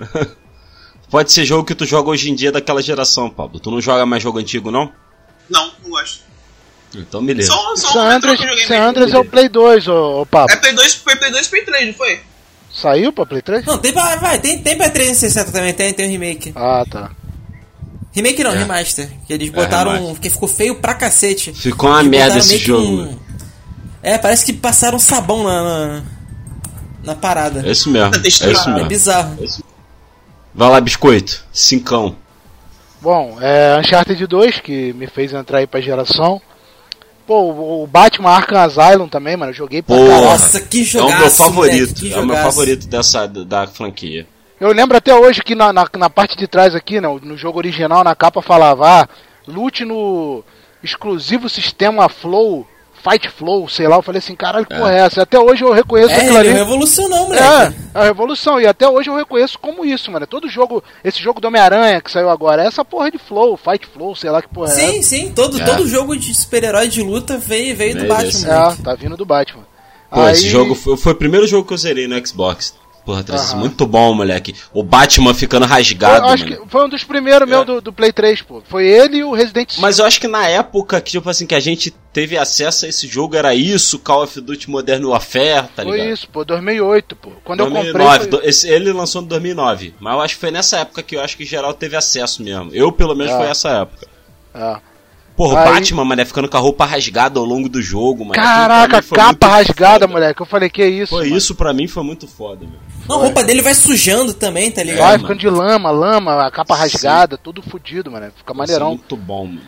pode ser jogo que tu joga hoje em dia daquela geração, Pablo. Tu não joga mais jogo antigo, não? Não, não gosto. Então beleza. Só, só San um Metro Andreas, que eu joguei San mesmo. Andreas é o Play dois, ô, ô Pablo. É Play dois, foi Play dois e Play três, não foi? Saiu pra Play três? Não, tem pra, vai, tem, tem pra trezentos e sessenta também, tem, tem um remake. Ah, tá. Remake não, É. remaster. Que eles botaram, remaster. que ficou feio pra cacete. Ficou uma Eles merda botaram esse meio que jogo. um- É, parece que passaram sabão na, na, na parada. É isso mesmo, é isso É mesmo. bizarro. Vai lá, biscoito. Cincão. Bom, é Uncharted dois, que me fez entrar aí pra geração. Pô, o- o Batman Arkham Asylum também, mano, eu joguei pra Porra. caralho. Nossa, que É o jogaço, meu favorito. moleque, que É o meu jogaço. favorito dessa da franquia. Eu lembro até hoje que na, na, na parte de trás aqui, no, no jogo original, na capa falava, ah, lute no exclusivo sistema Flow, Fight Flow, sei lá. Eu falei assim, caralho, que porra é essa? Até hoje eu reconheço É, aquilo ele ali. revolucionou, É, moleque. a revolução. E até hoje eu reconheço como isso, mano. Todo jogo, esse jogo do Homem-Aranha que saiu agora, é essa porra de Flow, Fight Flow, sei lá que porra é Sim, essa. sim, todo, É. todo jogo de super-herói de luta veio, veio do Veio Batman, desse. moleque. É, tá vindo do Batman. Pô, Aí- esse jogo foi, foi o primeiro jogo que eu zerei no Xbox. Porra, Tracy, Aham. muito bom, moleque. O Batman ficando rasgado, eu acho mano. que foi um dos primeiros meu do, do Play três, pô. Foi ele e o Resident Evil. Mas eu acho que na época que, tipo assim, que a gente teve acesso a esse jogo era isso, Call of Duty Modern Warfare, tá Foi ligado? isso, pô, dois mil e oito, pô. Quando eu dois mil e comprei. nove, Foi... do- esse- ele lançou em dois mil e nove, mas eu acho que foi nessa época que eu acho que geral teve acesso mesmo. Eu, pelo menos, Ah. foi essa época. Ah. Porra, Aí- o Batman, mano, é ficando com a roupa rasgada ao longo do jogo, mano. Caraca, Aquilo pra mim foi capa muito rasgada, foda. moleque. Eu falei, que isso? Foi mano? isso pra mim, foi muito foda, meu. Não, a roupa dele vai sujando também, tá ligado? Vai É, ficando de lama, lama, a capa Sim. rasgada, tudo fudido, mano. Fica Isso é maneirão. muito bom, mano.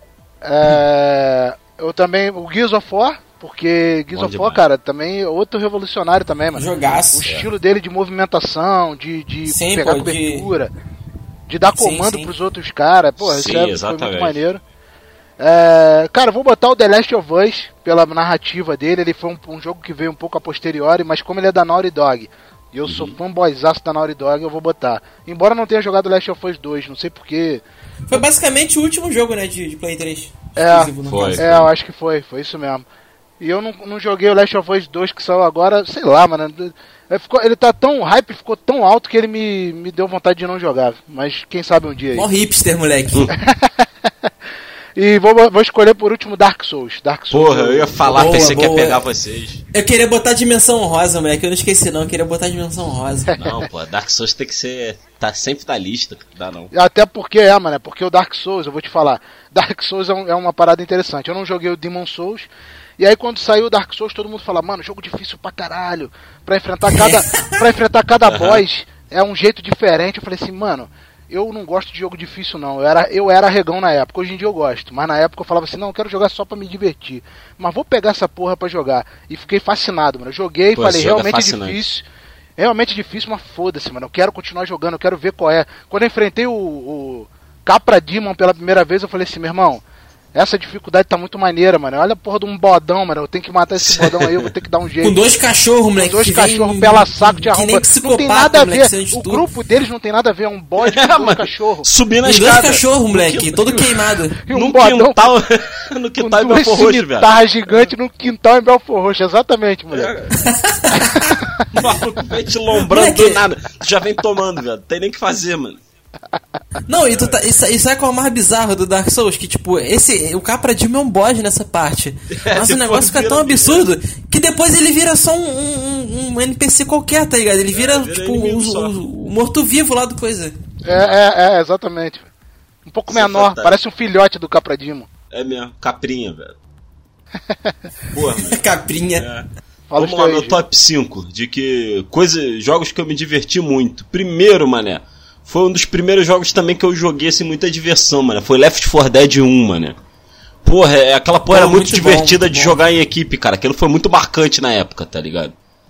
É, eu também, o Gears of War, porque Gears Bom of War, demais. cara, também é outro revolucionário também, mano. Jogaço. O estilo dele de movimentação, de, de Sim, pegar pô, de- cobertura, de... dar Sim, comando sim. pros outros caras. Pô, isso Sim, é, foi exatamente. muito maneiro. É, cara, eu vou botar o The Last of Us pela narrativa dele. Ele foi um, um jogo que veio um pouco a posteriori, mas como ele é da Naughty Dog e eu Uhum. sou fanboyzaço da Naughty Dog, eu vou botar. Embora eu não tenha jogado Last of Us dois, não sei porquê. Foi basicamente o último jogo, né, de, de Play três. É, Exclusivo, no foi. caso. É, eu acho que foi, foi isso mesmo. E eu não, não joguei o Last of Us dois que saiu agora, sei lá, mano. Ele, ficou, ele tá tão, o hype ficou tão alto que ele me, me deu vontade de não jogar. Mas quem sabe um dia aí. Mó hipster, moleque. E vou, vou escolher por último Dark Souls. Dark Souls. Porra, eu ia falar, Boa, pensei que ia boa. pegar vocês. Eu queria botar dimensão rosa, moleque. Eu não esqueci, não. Eu queria botar dimensão rosa. Não, pô, Dark Souls tem que ser. Tá sempre na lista, dá não. Até porque é, mano, é porque o Dark Souls, eu vou te falar, Dark Souls é, um- é uma parada interessante. Eu não joguei o Demon Souls, e aí quando saiu o Dark Souls, todo mundo fala, mano, jogo difícil pra caralho, pra enfrentar cada, pra enfrentar cada boss é um jeito diferente. Eu falei assim, mano, eu não gosto de jogo difícil não, eu era, eu era regão na época, hoje em dia eu gosto, mas na época eu falava assim, não, eu quero jogar só pra me divertir, mas vou pegar essa porra pra jogar, e fiquei fascinado, mano, eu joguei e Pô, falei, esse jogo é realmente fascinante. difícil. Realmente difícil, mas foda-se, mano. Eu quero continuar jogando, eu quero ver qual é. Quando eu enfrentei o, o Capra Demon pela primeira vez, eu falei assim, meu irmão, Essa dificuldade tá muito maneira, mano. Olha a porra de um bodão, mano. Eu tenho que matar esse bodão aí, eu vou ter que dar um jeito. Com dois cachorros, moleque. Com dois que cachorros vem- pela saco de que nem arromba. Não tem nada a ver. moleque, sente O tudo. grupo deles não tem nada a ver. É um bode É, com dois mano. cachorros. Subir na Com dois escada. cachorros, moleque, todo queimado. E um Num bodão quintal. no com quintal em duas Belfor Roxo, velho. cimitarras gigantes no quintal em Belfor Roxo. Exatamente, moleque. O maluco vem te lombrando Moleque. do nada. Tu já vem tomando, velho. Não tem nem o que fazer, mano. Não, e tu tá, isso, isso é qual é o mais bizarro do Dark Souls, que tipo, esse, o Capra Dima é um bode nessa parte. É, Mas o depois negócio fica vira tão um absurdo que depois ele vira só um, um, um N P C qualquer, tá ligado? Ele vira, vira tipo, inimigo o, só. o- o morto-vivo lá do coisa. É, é, é, exatamente. Um pouco Isso é menor. fantástico. Parece um filhote do Capradimo. É mesmo. Caprinha, velho. Porra, mano. Caprinha. É. Fala Vamos os lá, teus, meu Gil. top cinco de que coisa, jogos que eu me diverti muito. Primeiro, mané, foi um dos primeiros jogos também que eu joguei assim, muita diversão, mané. Foi Left four Dead um, mané. Porra, é- aquela porra Pô, era muito, muito divertida bom, de muito bom. jogar em equipe, cara. Aquilo foi muito marcante na época, tá ligado?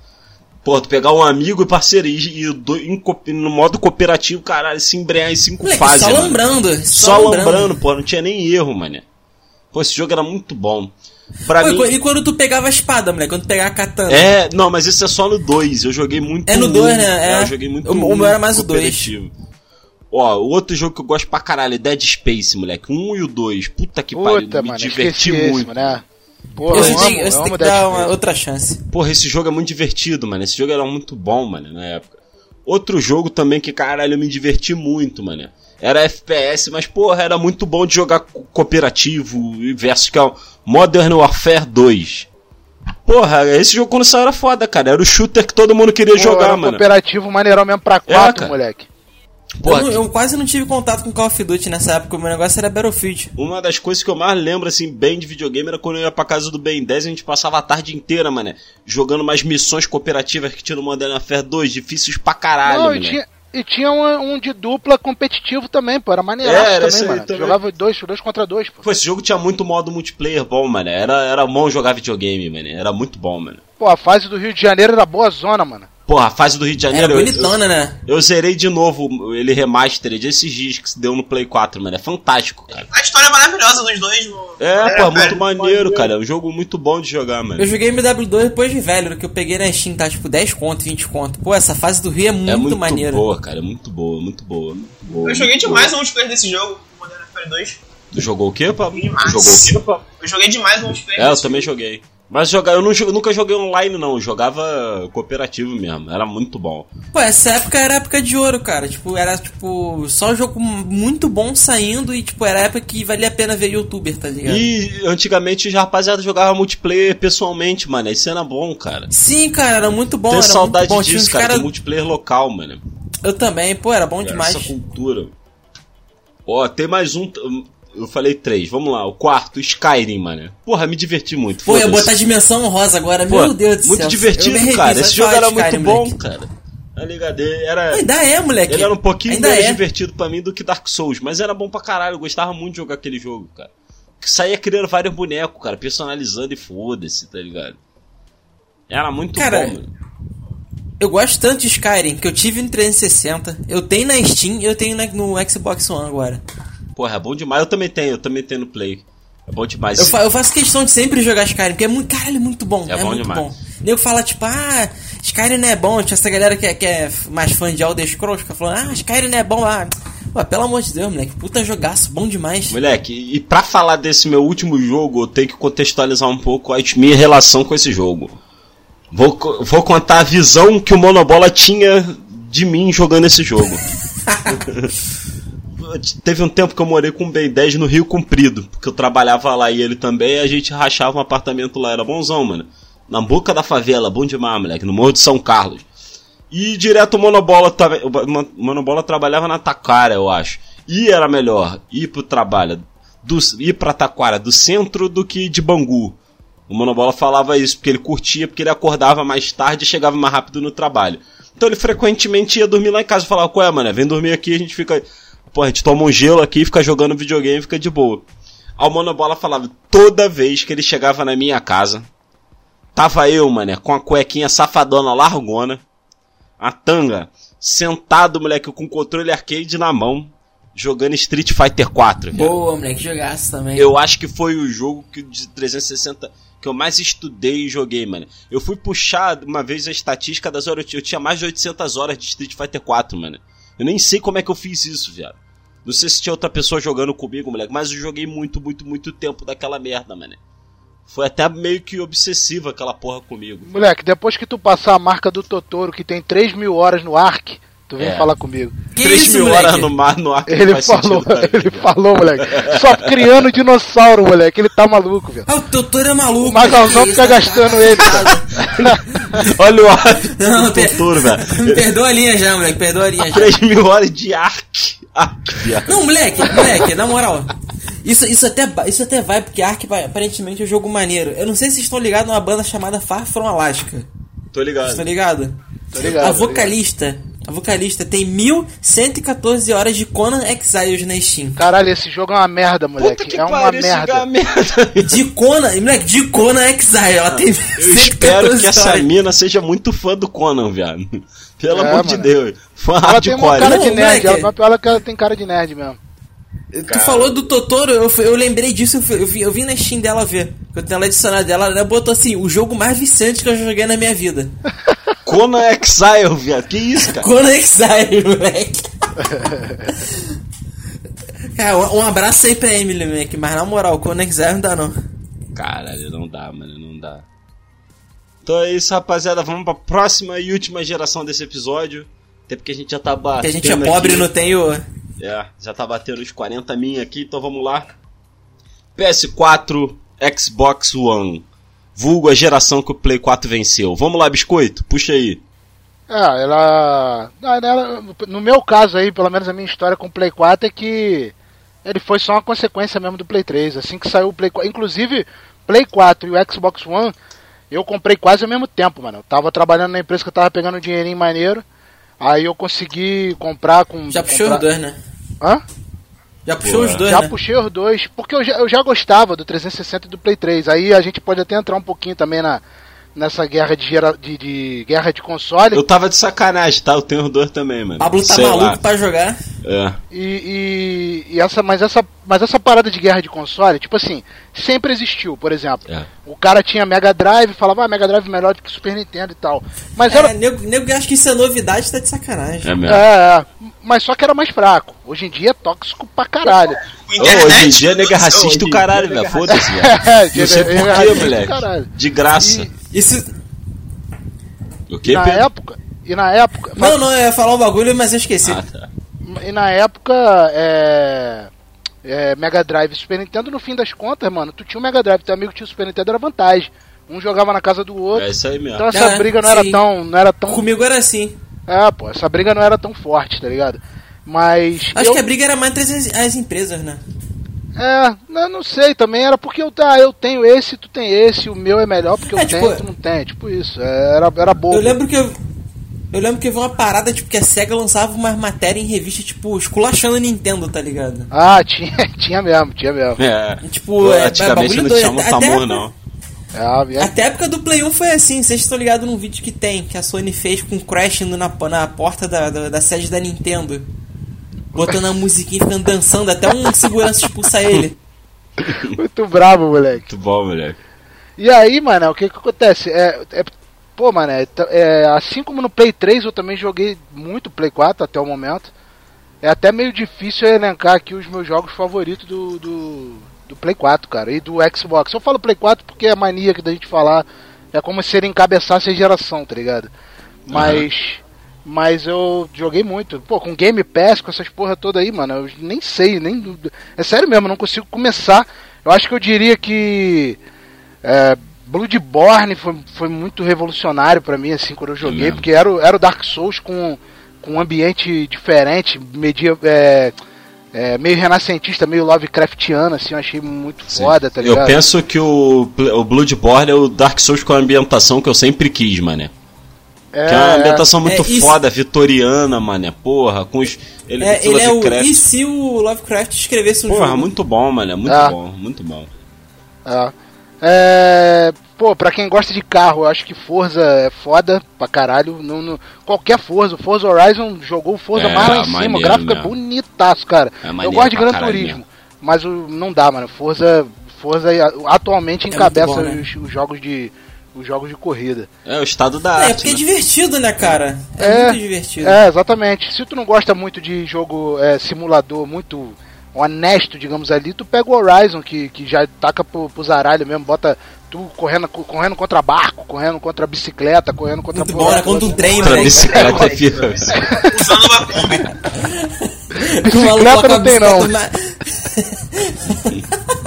Pô, tu pegar um amigo e parceria e, e do- em co- no modo cooperativo, caralho, se embrear em cinco Moleque, fases. só mano. lambrando. Só lambrando, pô, não tinha nem erro, mané. Pô, esse jogo era muito bom. Pra Pô, mim. e quando tu pegava a espada, moleque? Quando tu pegava a katana? É, não, mas isso é só no dois. Eu joguei muito É no um. dois, né? É. Eu joguei muito O- o um meu era mais o dois. cooperativo. Ó, o outro jogo que eu gosto pra caralho é Dead Space, moleque. Um e o dois. Puta que pariu, Puta, me mano. diverti Esqueci muito. esse, né? Porra, Eu eu, sei amo, que eu você tem amo que Dead dar uma Space. outra chance. Porra, esse jogo é muito divertido, mano. Esse jogo era muito bom, mano, na época. Outro jogo também que, caralho, eu me diverti muito, mano. Era F P S, mas, porra, era muito bom de jogar co- cooperativo e versus, que é o Modern Warfare dois. Porra, esse jogo quando saiu era foda, cara. Era o shooter que todo mundo queria Pô, jogar, era um mano. cooperativo maneirão mesmo pra quatro, cara. moleque. Porra, eu, não- eu quase não tive contato com Call of Duty nessa época, o meu negócio era Battlefield. Uma das coisas que eu mais lembro, assim, bem de videogame era quando eu ia pra casa do Ben dez e a gente passava a tarde inteira, mané, jogando umas missões cooperativas que tinha no Modern Warfare dois, difíceis pra caralho, Não, e mané. tinha, e tinha um, um de dupla competitivo também, pô. Era maneiraço É, era esse também, aí mano. também. Jogava dois, dois contra dois, pô. Pô, esse jogo tinha muito modo multiplayer bom, mané. Era, era bom jogar videogame, mané. Era muito bom, mano. Pô, a fase do Rio de Janeiro era boa zona, mano. Porra, a fase do Rio de Era Janeiro... eu- bonitona, né? Eu, eu zerei de novo ele remastered esses dias que se deu no Play quatro, mano. É fantástico, cara. A história é maravilhosa dos dois. No... É, pô, muito velho, maneiro, cara. É um jogo muito bom de jogar, mano. Eu joguei M W dois depois de velho, no que eu peguei na Steam, tá tipo dez conto, vinte conto. Pô, essa fase do Rio é muito, É muito maneira. boa, cara. É muito boa, muito boa. Muito boa Eu joguei muito demais boa. o multiplayer desse jogo, Modern Warfare dois. Tu jogou o quê, Pablo? Demais. Jogou o quê, Pablo? Eu joguei demais o multiplayer É, eu desse também jogo. joguei. Mas jogar, eu não, jo- nunca joguei online, não. Eu jogava cooperativo mesmo. Era muito bom. Pô, essa época era época de ouro, cara. Tipo, era tipo só jogo muito bom saindo e tipo, era a época que valia a pena ver youtuber, tá ligado? E antigamente já rapaziada jogava multiplayer pessoalmente, mano. Isso era bom, cara. Sim, cara, era muito bom, Tenho era saudade muito bom. Tinha disso, uns cara, cara... do multiplayer local, mano. Eu também, pô, era bom demais. Essa cultura. Ó, tem mais um. Eu falei três, vamos lá. O quarto, Skyrim, mano. Porra, me diverti muito. Pô, ia foda-se. botar dimensão rosa agora, Pô, meu Deus do céu. muito Eu me divertido, arrepio cara. só Esse de jogo falar era de muito Skyrim, bom, moleque. cara. Tá ligado? Era. Ainda é, moleque. Ele era um pouquinho Ainda menos é. divertido pra mim do que Dark Souls, mas era bom pra caralho. Eu gostava muito de jogar aquele jogo, cara. Que saía criando vários bonecos, cara, personalizando e foda-se, tá ligado? Era muito Cara, bom, mano. Eu gosto tanto de Skyrim que eu tive no trezentos e sessenta, eu tenho na Steam e eu tenho na- no Xbox One agora. Porra, é bom demais. Eu também tenho, eu também tenho no Play. É bom demais. Eu, fa- eu faço questão de sempre jogar Skyrim, porque é muito, caralho, é muito bom. É É, bom muito demais. bom. Nego fala, tipo, ah, Skyrim não é bom. Tinha essa galera que é, que é mais fã de Elder Scrolls, fica falando, ah, Skyrim não é bom. Ah, pô, pelo amor de Deus, moleque, puta jogaço, bom demais. Moleque, e pra falar desse meu último jogo, eu tenho que contextualizar um pouco a minha relação com esse jogo. Vou, co- vou contar a visão que o Monobola tinha de mim jogando esse jogo. Teve um tempo que eu morei com o Ben dez no Rio Comprido, porque eu trabalhava lá e ele também, e a gente rachava um apartamento lá, era bonzão, mano. Na boca da favela, bom demais, moleque, no Morro de São Carlos. E direto o Monobola, tra- o Monobola trabalhava na Taquara, eu acho. E era melhor ir pro trabalho, do, ir pra Taquara do centro do que de Bangu. O Monobola falava isso, porque ele curtia, porque ele acordava mais tarde e chegava mais rápido no trabalho. Então ele frequentemente ia dormir lá em casa e falava, qual é, mano, vem dormir aqui, a gente fica... Pô, a gente toma um gelo aqui, fica jogando videogame e fica de boa. Aí o Monobola falava, toda vez que ele chegava na minha casa, tava eu, mané, com a cuequinha safadona largona, a tanga, sentado, moleque, com o controle arcade na mão, jogando Street Fighter quatro. Viado. Boa, moleque, jogaço também. Eu acho que foi o jogo que, de trezentos e sessenta que eu mais estudei e joguei, mano. Eu fui puxar uma vez a estatística das horas. Eu tinha mais de oitocentas horas de Street Fighter quatro, mano. Eu nem sei como é que eu fiz isso, viado. Não sei se tinha outra pessoa jogando comigo, moleque. Mas eu joguei muito, muito, muito tempo daquela merda, mano. Foi até meio que obsessiva aquela porra comigo. Moleque, depois que tu passar a marca do Totoro, que tem três mil horas no Ark, tu vem É. falar comigo. Que três isso, mil moleque? horas no mar, no ar. que Ele não faz falou, sentido, cara. ele falou, moleque. Só criando dinossauro, moleque. Ele tá maluco, velho. Ah, o Totoro é maluco. O Magalzão que fica isso, gastando tá- ele, cara. Olha o ar Não, do per- Totoro, velho. Me perdoa a linha já, moleque, perdoa a linha já. três mil horas de Ark. Ark, viado. Não, moleque, moleque, na moral. Isso, isso, até, ba- isso até vai, porque Ark aparentemente é um jogo maneiro. Eu não sei se vocês estão ligados numa banda chamada Far From Alaska. Tô Vocês ligado. estão ligados? Tô ligado, A tô vocalista, a vocalista tem mil cento e quatorze horas de Conan Exiles na Steam. Caralho, esse jogo é uma merda, moleque. Puta que é uma pariu, esse merda. jogo é uma merda. De Conan, moleque, de Conan Exile. Ela tem Eu espero que essa horas. mina seja muito fã do Conan, viado. Pelo É, amor de mano. Deus. Fã Ela tem uma hardcore. cara Não, de nerd. moleque. Ela, mas ela que ela tem cara de nerd mesmo. Tu falou do Totoro, eu, fui- eu lembrei disso, eu, fui- eu, vi, eu vim na Steam dela ver. Eu tenho ela adicionada dela, ela botou assim, o jogo mais viciante que eu já joguei na minha vida. Conan Exile, viado. Que isso, cara? Conan Exile, moleque. Cara, um, um abraço aí pra Emily, moleque, mas na moral, Conan Exile não dá não. Caralho, não dá, mano, não dá. Então é isso, rapaziada. Vamos pra próxima e última geração desse episódio. Até porque a gente já tá batendo. Porque a gente é pobre e aqui. não tem o... É, já tá batendo os quarenta min aqui, então vamos lá. P S quatro, Xbox One. Vulgo a geração que o Play quatro venceu. Vamos lá, Biscoito, puxa aí. É, ela... não, ela- No meu caso aí, pelo menos a minha história com o Play quatro é que ele foi só uma consequência mesmo do Play três. Assim que saiu o Play quatro... Inclusive, Play quatro e o Xbox One, eu comprei quase ao mesmo tempo, mano. Eu tava trabalhando na empresa que eu tava pegando um dinheirinho maneiro. Aí eu consegui comprar com... Já puxou comprar... os dois, né? Hã? Já puxou Pô, os dois, Já né? puxei os dois, porque eu já, eu já gostava do trezentos e sessenta e do Play três. Aí a gente pode até entrar um pouquinho também na, nessa guerra de, gera, de, de guerra de console. Eu tava de sacanagem, tá? Eu tenho os dois também, mano. Pablo tá Sei maluco lá. pra jogar. É. E, e, e essa, mas, essa, mas essa parada de guerra de console, tipo assim, sempre existiu, por exemplo. É. O cara tinha Mega Drive, falava, ah, Mega Drive é melhor do que Super Nintendo e tal. Mas É, era. nego, nego que acha que isso é novidade, tá de sacanagem. É mesmo. É, é, mas só que era mais fraco. Hoje em dia é tóxico pra caralho. Com Ô, hoje em dia tudo nega isso, racista o hoje- caralho, velho. Foda-se, velho. É, Não sei é, é porquê, racista do moleque. caralho. De graça. E, Isso... O que, na Pedro? época. E na época. Não, não, eu ia falar um bagulho, mas eu esqueci. Ah, tá. E na época, é, é, Mega Drive e Super Nintendo, no fim das contas, mano, tu tinha o Mega Drive, teu amigo tinha o Super Nintendo, era vantagem. Um jogava na casa do outro. É isso aí mesmo. Então essa É, briga não era sim. tão. Não era tão. Comigo era assim. É, pô, essa briga não era tão forte, tá ligado? Mas. Acho eu, que a briga era mais entre as, as empresas, né? É, eu não sei, também era porque eu, tá, eu tenho esse, tu tem esse, o meu é melhor porque eu É, tipo, tenho, tu não tem. Tipo isso, é, era, era bobo. Eu lembro que eu. Eu lembro que eu vi uma parada, tipo, que a SEGA lançava umas matérias em revista, tipo, esculachando a Nintendo, tá ligado? Ah, tinha, tinha mesmo, tinha mesmo. É. Tipo, Pô, é, é antigamente bagulho não doido. tinha muito Até- amor, até- não. É, é, Até a época do Play um foi assim, vocês estão ligados num vídeo que tem, que a Sony fez com o Crash indo na, na porta da, da, da sede da Nintendo. Botando a musiquinha e ficando dançando, até um segurança expulsar ele. muito bravo, moleque. Muito bom, moleque. E aí, mano, o que que acontece? É, é, pô, mano, é, é, assim como no Play três eu também joguei muito Play quatro até o momento. É até meio difícil elencar aqui os meus jogos favoritos do, do, do Play quatro, cara, e do Xbox. Eu falo Play quatro porque a mania que da gente falar é como se ele encabeçasse a geração, tá ligado? Mas... Mas eu joguei muito. Pô, com Game Pass, com essas porra toda aí, mano, eu nem sei, nem... É sério mesmo, eu não consigo começar. Eu acho que eu diria que... É, Bloodborne foi, foi muito revolucionário pra mim, assim, quando eu joguei. mesmo. Porque era, o- era o Dark Souls com, com um ambiente diferente, media, é, é, meio renascentista, meio Lovecraftiano, assim, eu achei muito Sim. foda, tá ligado? Eu penso que o, o Bloodborne é o Dark Souls com a ambientação que eu sempre quis, mané. É, Que é uma ambientação muito É, isso- foda, vitoriana, mané. Porra, com os. Ele, É, com ele é o. Lovecraft. E se o Lovecraft escrevesse um Porra, jogo? muito bom, mané. Muito Ah. bom, muito bom. É. É, Pô, pra quem gosta de carro, eu acho que Forza é foda pra caralho. No, no- qualquer Forza, o Forza Horizon jogou o Forza É, mais lá em cima. maneiro O gráfico é mesmo. bonitaço, cara. É eu maneiro gosto de pra Gran caralho Turismo, mesmo. mas o, não dá, mano. Forza, Forza atualmente muito encabeça bom, né? os, os jogos de os jogos de corrida. É o estado da É, arte, porque é né? divertido, né, cara? É, muito divertido. É, exatamente. Se tu não gosta muito de jogo é, simulador, muito honesto, digamos ali, tu pega o Horizon, que, que já taca pro, pro zaralho mesmo, bota tu correndo, correndo contra barco, correndo contra bicicleta, correndo contra... Muito bom, né? Contra um trem, Contra a né? bicicleta é FIFA. Usando uma Kombi. O maluco Bicicleta coloca a não tem, não. bicicleta na-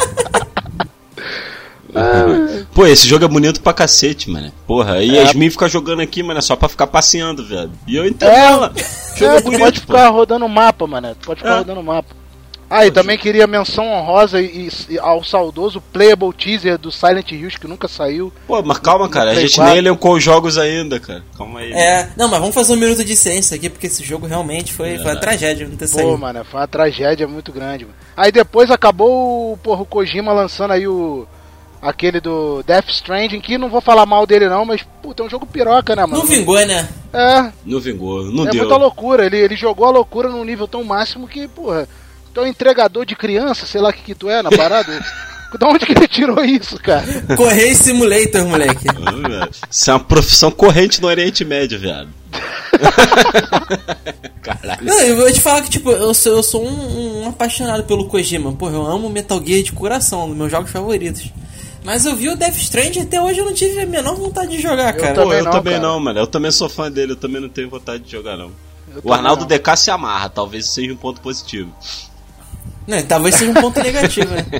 Pô, esse jogo é bonito pra cacete, mano. Porra, e É. a Yasmin fica jogando aqui, mano, é só pra ficar passeando, velho. E eu entendo É, ela. Jogo É, é tu bonito, pode pô. ficar rodando o mapa, mano. Tu pode ficar É. rodando o mapa. Ah, e também queria menção honrosa e, e ao saudoso Playable Teaser do Silent Hills, que nunca saiu. Pô, mas calma, cara, a Play gente quatro. nem elencou os jogos ainda, cara. Calma aí. É, não, mas vamos fazer um minuto de silêncio aqui, porque esse jogo realmente foi, foi uma tragédia não ter Pô, saído. mano, foi uma tragédia muito grande, mano. Aí depois acabou o, porra, o Kojima lançando aí o... aquele do Death Stranding, que não vou falar mal dele não, mas, puta, é um jogo piroca, né, mano? Não vingou, né? É, Não vingou, não é deu. muita loucura. Ele, ele jogou a loucura num nível tão máximo que, porra, tu é um entregador de criança, sei lá o que que tu é na parada. Da onde que ele tirou isso, cara? Correio Simulator, moleque. Ah, velho. Isso é uma profissão corrente no Oriente Médio, viado. Caralho. Não, eu vou te falar que, tipo, eu sou, eu sou um, um apaixonado pelo Kojima. Porra, eu amo Metal Gear de coração, um dos meus jogos favoritos. Mas eu vi o Death Stranding e até hoje eu não tive a menor vontade de jogar, cara. Pô, também eu não, também cara. não, mano. Eu também sou fã dele, eu também não tenho vontade de jogar, não. Eu O também Arnaldo não. D K se amarra, talvez seja um ponto positivo. Não, talvez seja um ponto negativo, né?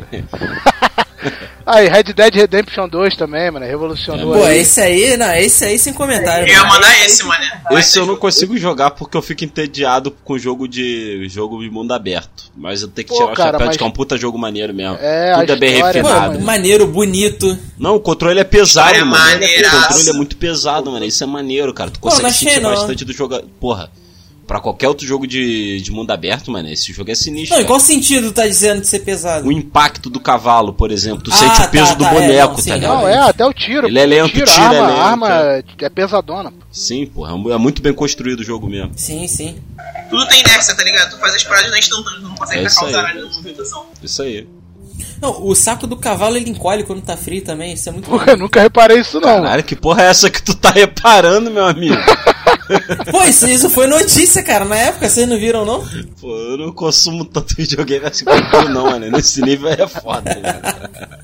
Aí, Red Dead Redemption dois também, mano, revolucionou Pô, aí. esse aí, não, esse aí sem comentário. Eu ia mano. mandar esse, mané. Esse eu não consigo jogar porque eu fico entediado com jogo de jogo de mundo aberto. Mas eu tenho que Pô, tirar o cara, chapéu mas- de que é um puta jogo maneiro mesmo. É, Tudo a é bem história, Pô, refinado. maneiro, bonito. Não, o controle é pesado, É mano. maneiraço. O controle é muito pesado, mano. Isso é maneiro, cara. Tu Pô, consegue não achei, sentir não. bastante do jogo. Porra, pra qualquer outro jogo de, de mundo aberto, mano, esse jogo é sinistro. Não, em cara. qual sentido tá dizendo de ser pesado? O impacto do cavalo, por exemplo. Tu Ah, sente tá, o peso do tá, é, boneco, não, sim, tá ligado? Não, é, até o tiro. Ele é lento, tiro, tiro é arma, lento, arma é pesadona. Sim, porra. É muito bem construído o jogo mesmo. Sim, sim. Tudo tem inércia, tá ligado? Tu faz as paradas na instantânea, tu não consegue É tacar isso os aí. aralhos na movimentação. Isso aí. Não, o saco do cavalo ele encolhe quando tá frio também, isso é muito Porra, eu nunca reparei isso não. Caralho, que porra é essa que tu tá reparando, meu amigo? Pô, isso, isso foi notícia, cara, na época, vocês não viram, não? Pô, eu não consumo tanto videogame assim como tu, não, mano. Nesse nível é foda, né?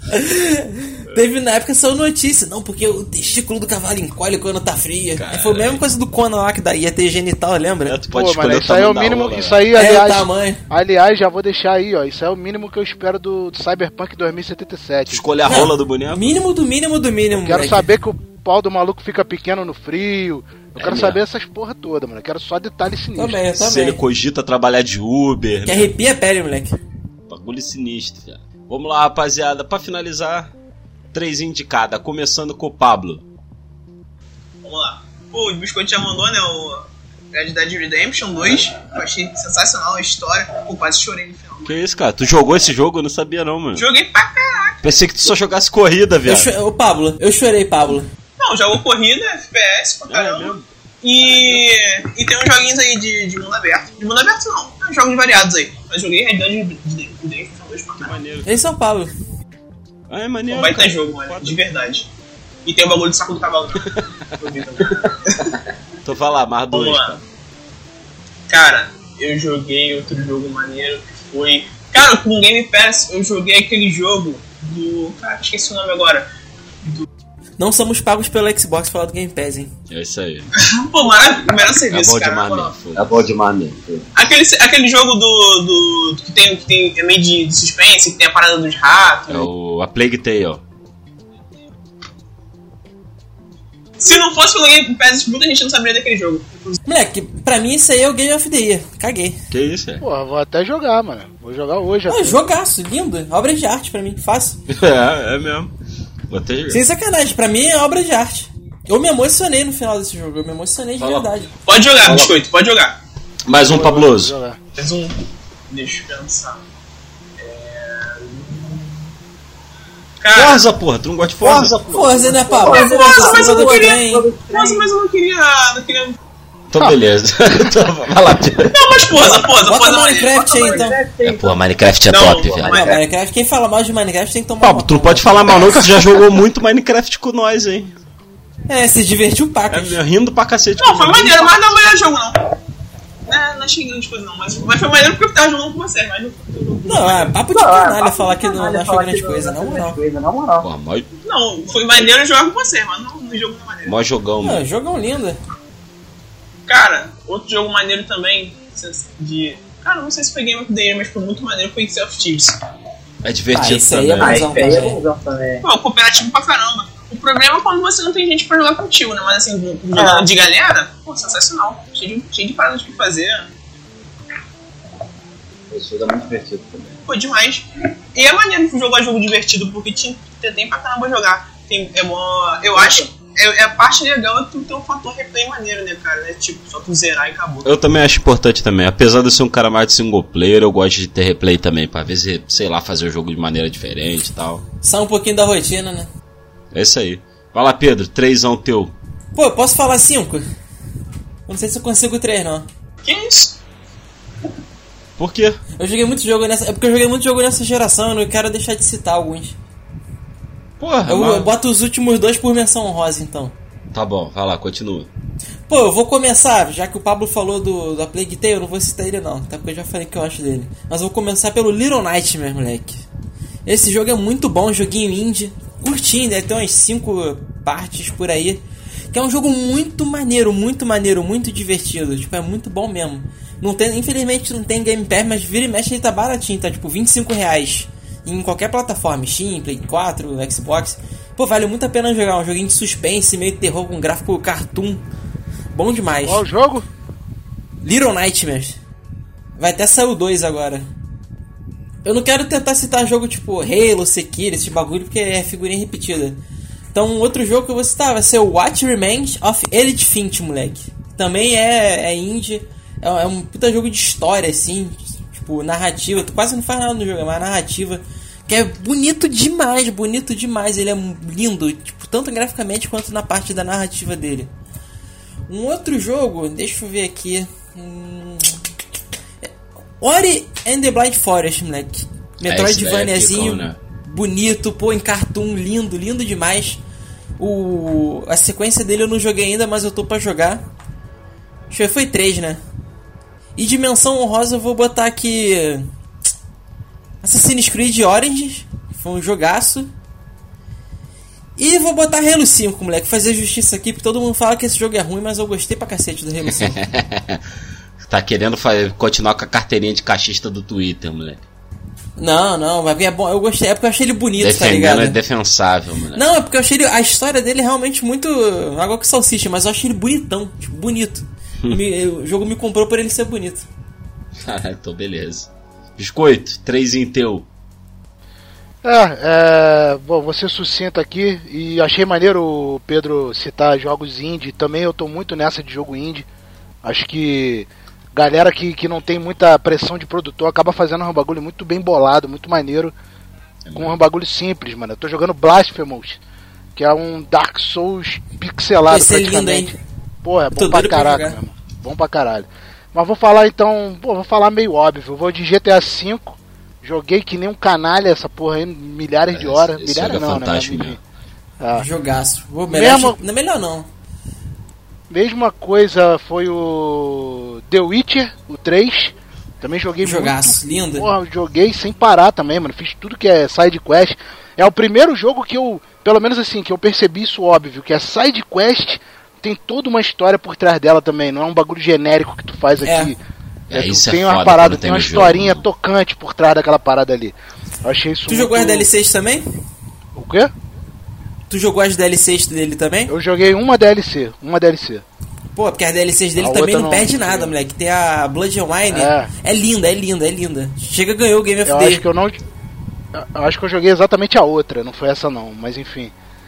Teve na época saiu notícia, não, porque o testículo do cavalo encolhe quando tá frio. Caralho. Foi a mesma coisa do Conan lá, que daí ia ter genital, lembra? É, tu pode Pô, escolher mano, o isso aí é o tamanho da mínimo. rola, Isso velho. aí, É, aliás. o tamanho. Aliás, já vou deixar aí, ó. Isso é o mínimo que eu espero do, do Cyberpunk dois mil e setenta e sete. Escolher a rola do boneco? Mínimo do mínimo do mínimo, Quero moleque. saber que o pau do maluco fica pequeno no frio. Eu quero mesmo. saber essas porra toda, mano. Eu quero só detalhes sinistros. Também, eu Se também. ele cogita trabalhar de Uber, Que né? arrepia a pele, moleque. Bagulho sinistro, velho. Vamos lá, rapaziada. Pra finalizar, três de cada. Começando com o Pablo. Vamos lá. Pô, o Biscoito já mandou, né? O Red Dead Redemption dois. Eu achei sensacional a história. Pô, quase chorei no final. Que isso, cara? Tu jogou esse jogo? Eu não sabia, não, mano. Joguei pra caraca. Pensei que tu só jogasse corrida, Eu viado. cho... Ô, Pablo, eu chorei, Pablo. Não, jogo corrida, F P S pra É caramba. mesmo? E, e tem uns joguinhos aí de, de mundo aberto. De mundo aberto não, tem uns jogos variados aí. Mas joguei Red Dead Redemption dois pra Que caramba. maneiro. Esse é o Pablo. Ah, é É maneiro. um baita cara. jogo, mano, de verdade. E tem o bagulho do saco do cavalo. Eu vi também. Então vai lá, mais dois. Vamos lá. Cara, eu joguei outro jogo maneiro que foi... Cara, com o Game Pass eu joguei aquele jogo do... Cara, esqueci o nome agora. Não somos pagos pelo Xbox falar do Game Pass, hein? É isso aí. Pô, maravilhoso, melhor É serviço, bom cara. demais na moral. mesmo. foda. É bom demais mesmo. Aquele, aquele jogo do, do que tem, que tem é meio de, de suspense, que tem a parada dos ratos. É o A Plague Tale. Se não fosse pelo Game Pass, muita gente não saberia daquele jogo. Moleque, pra mim isso aí é o Game of the Year. Caguei. Que isso, é? Porra, vou até jogar, mano. Vou jogar hoje. Ah, até. jogaço, lindo. Obra de arte pra mim, fácil. É, é mesmo. Vou até jogar. Sem sacanagem, pra mim é obra de arte. Eu me emocionei no final desse jogo, eu me emocionei de Fala. verdade. Pode jogar, Biscoito, pode jogar. Mais um Vou Pabloso. jogar. Mais um. Deixa eu pensar. É... Cara, Forza, porra, tu não gosta de Forza? Forza, né, Pablo? Forza, mas eu não queria. Bem. Forza, mas eu não queria. Não queria. Então beleza. Então, vai lá, Pedro. Não, mas Forza, Forza, Bota Forza. Minecraft aí, então. É, porra, Minecraft é Não, top, não, velho. mas- Não, Minecraft, quem fala mal de Minecraft tem que tomar Pablo, uma tu não palma. pode falar mal não, que tu já jogou muito Minecraft com nós, hein? É, se divertiu pacas. É, rindo pra cacete Não, com foi nós. maneiro, mas não é o melhor jogo, não. É, não achei grande coisa, não. Mas, mas foi maneiro porque eu tava jogando com você, mas não. Não, é papo de canalha falar que não, não achou grande coisa, não, não. Porra, mó, Não, foi maneiro jogar com você, mas não, no jogo não é maneiro. mó jogão, Não, mano. jogão lindo. Cara, outro jogo maneiro também, de... Cara, não sei se foi Game of the Year, mas foi muito maneiro, foi Sea of Thieves. É Ah, divertido isso aí é também. bonzão também. Pô, cooperativo pra caramba. O problema é quando você não tem gente pra jogar contigo, né? Mas assim, jogando de galera, pô, sensacional. Cheio de, cheio de paradas pra fazer. Esse jogo é muito divertido também. Pô, demais. E é maneiro jogar jogo divertido, porque tem, tem pra caramba jogar. Tem, é mó, eu acho... É, é a parte legal é tu ter um fator replay maneiro, né, cara? É tipo, só tu zerar e acabou. Eu também acho importante também. Apesar de eu ser um cara mais de single player, eu gosto de ter replay também, pra ver se, sei lá, fazer o jogo de maneira diferente e tal. Sai um pouquinho da rotina, né? É isso aí. Vai lá, Pedro, trêsão teu. Pô, eu posso falar cinco? Eu não sei se eu consigo três, não. Que isso? Por quê? Eu joguei muito jogo nessa... É porque eu joguei muito jogo nessa geração, eu não quero deixar de citar alguns. Porra, Eu, mas- eu boto os últimos dois por menção honrosa, então. Tá bom, vai lá, continua. Pô, eu vou começar, já que o Pablo falou do, da Plague Tale, eu não vou citar ele não, até porque eu já falei o que eu acho dele. Mas eu vou começar pelo Little Nightmares, moleque. Esse jogo é muito bom, joguinho indie, curtinho, deve ter umas cinco partes por aí. Que é um jogo muito maneiro, muito maneiro, muito divertido, tipo, é muito bom mesmo. Não tem, infelizmente não tem Game Pass, mas vira e mexe ele tá baratinho, tá tipo vinte e cinco reais. Em qualquer plataforma, Steam, Play quatro, Xbox. Pô, vale muito a pena jogar, um joguinho de suspense, meio terror com gráfico cartoon. Bom demais. Qual o jogo? Little Nightmares. Vai até sair o dois agora. Eu não quero tentar citar jogo tipo Halo, Sekiro, esse bagulho, porque é figurinha repetida. Então, um outro jogo que eu vou citar vai ser o What Remains of Edith Finch, moleque. Também é, é indie. É, é um puta jogo de história, assim. Tipo, narrativa. Tu quase não faz nada no jogo, é uma narrativa. Que é bonito demais, bonito demais. Ele é lindo, tipo, tanto graficamente quanto na parte da narrativa dele. Um outro jogo, deixa eu ver aqui. Hum... Ori and the Blind Forest, moleque. Metroidvaniazinho, É, né? bonito, pô, em cartoon, lindo, lindo demais. O... A sequência dele eu não joguei ainda, mas eu tô pra jogar. Acho que foi três, né? E dimensão honrosa eu vou botar aqui Assassin's Creed Origins, foi um jogaço. E vou botar Halo cinco, moleque, fazer justiça aqui, porque todo mundo fala que esse jogo é ruim, mas eu gostei pra cacete do Halo cinco. Tá querendo fa- continuar com a carteirinha de cachista do Twitter, moleque. Não, não, mas é bom, eu gostei, é porque eu achei ele bonito, tá Defendendo ligado? é defensável, moleque. Não, é porque eu achei ele, a história dele é realmente muito água com salsicha, mas eu achei ele bonitão, tipo, bonito. Me- o jogo me comprou por ele ser bonito. Caralho, então beleza. Biscoito, trêsinho teu. É, é, bom, vou ser sucinto aqui e achei maneiro o Pedro citar jogos indie. Também eu tô muito nessa de jogo indie. Acho que galera que, que não tem muita pressão de produtor acaba fazendo um bagulho muito bem bolado, muito maneiro, com um bagulho simples, mano. Eu tô jogando Blasphemous, que é um Dark Souls pixelado Esse é lindo, praticamente. hein? Pô, é Tô bom pra doido pra caraca, jogar. meu irmão. Bom pra caralho. Mas vou falar então, pô, vou falar meio óbvio. Eu vou de G T A cinco. Joguei que nem um canalha essa porra aí, milhares de É, horas. esse Milhares jogo é não, fantástico né? mesmo. Ah. Jogaço. Vou, melhor, Mesmo- não é melhor não. Mesma coisa foi o The Witcher, o três. Também joguei Jogaço, muito. lindo. Porra, joguei sem parar também, mano. Fiz tudo que é side quest. É o primeiro jogo que eu, pelo menos assim, que eu percebi isso óbvio, que a side quest tem toda uma história por trás dela também. Não é um bagulho genérico que tu faz É. aqui. É, tu isso é tem uma foda parada, quando tem tem uma no jogo, historinha mano. tocante por trás daquela parada ali. Eu achei isso Tu muito... jogou as D L Cs também? O quê? Tu jogou as D L Cs dele também? Eu joguei uma D L C, uma D L C. Pô, porque as D L Cs dele A também outra não, não- perde nada, moleque. Tem a Blood and Wine. É. É. linda, é linda, é linda. Chega ganhou o Game of Eu the acho que eu não. Eu acho que eu joguei exatamente a outra, não foi essa não, mas enfim.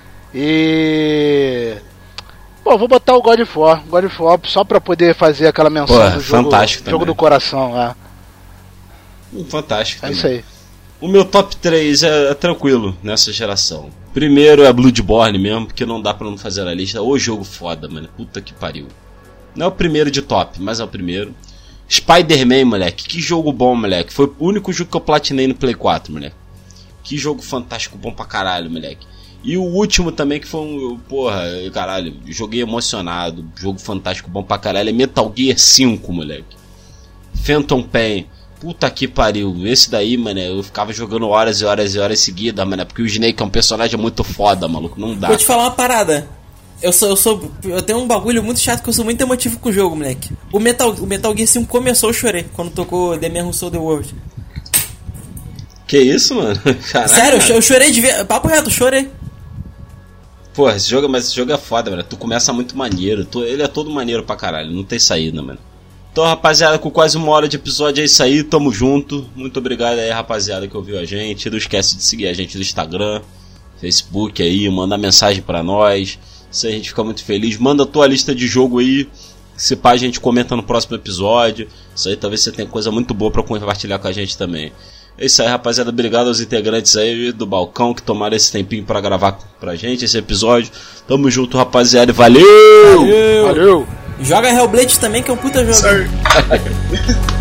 E. Pô, vou botar o God of War, God of War só pra poder fazer aquela menção Pô, do jogo, fantástico jogo também. do coração, é. Hum, Fantástico. É também. isso aí. O meu top três é, é tranquilo nessa geração. Primeiro é Bloodborne mesmo, porque não dá pra não fazer a lista. Ô jogo foda, mano. Puta que pariu. Não é o primeiro de top, mas é o primeiro. Spider-Man, moleque. Que jogo bom, moleque. Foi o único jogo que eu platinei no Play quatro, moleque. Que jogo fantástico, bom pra caralho, moleque. E o último também que foi um... Porra, caralho. Joguei emocionado. Jogo fantástico, bom pra caralho. É Metal Gear cinco, moleque. Phantom Pain. Puta que pariu. Esse daí, mano, eu ficava jogando horas e horas e horas seguidas, mano. Porque o Snake é um personagem muito foda, maluco. Não dá. Vou te falar uma parada. Eu sou, eu sou. Eu tenho um bagulho muito chato que eu sou muito emotivo com o jogo, moleque. O Metal, o Metal Gear cinco começou, eu chorei quando tocou The Man Who Sold the World. Que isso, mano? Caralho. Sério, eu chorei de ver. Papo reto, eu chorei. Porra, esse jogo, mas esse jogo é foda, mano. Tu começa muito maneiro. Tu, ele é todo maneiro pra caralho. Não tem saída, mano. Então, rapaziada, com quase uma hora de episódio é isso aí. Tamo junto. Muito obrigado aí, rapaziada, que ouviu a gente. Não esquece de seguir a gente no Instagram, Facebook aí. Mandar mensagem pra nós. Isso aí a gente fica muito feliz. Manda a tua lista de jogo aí. Se pá, a gente comenta no próximo episódio. Isso aí talvez você tenha coisa muito boa pra compartilhar com a gente também. É isso aí, rapaziada. Obrigado aos integrantes aí do Balcão que tomaram esse tempinho pra gravar pra gente esse episódio. Tamo junto, rapaziada. Valeu! Valeu! Valeu. Joga Hellblade também, que é um puta jogo. Sorry.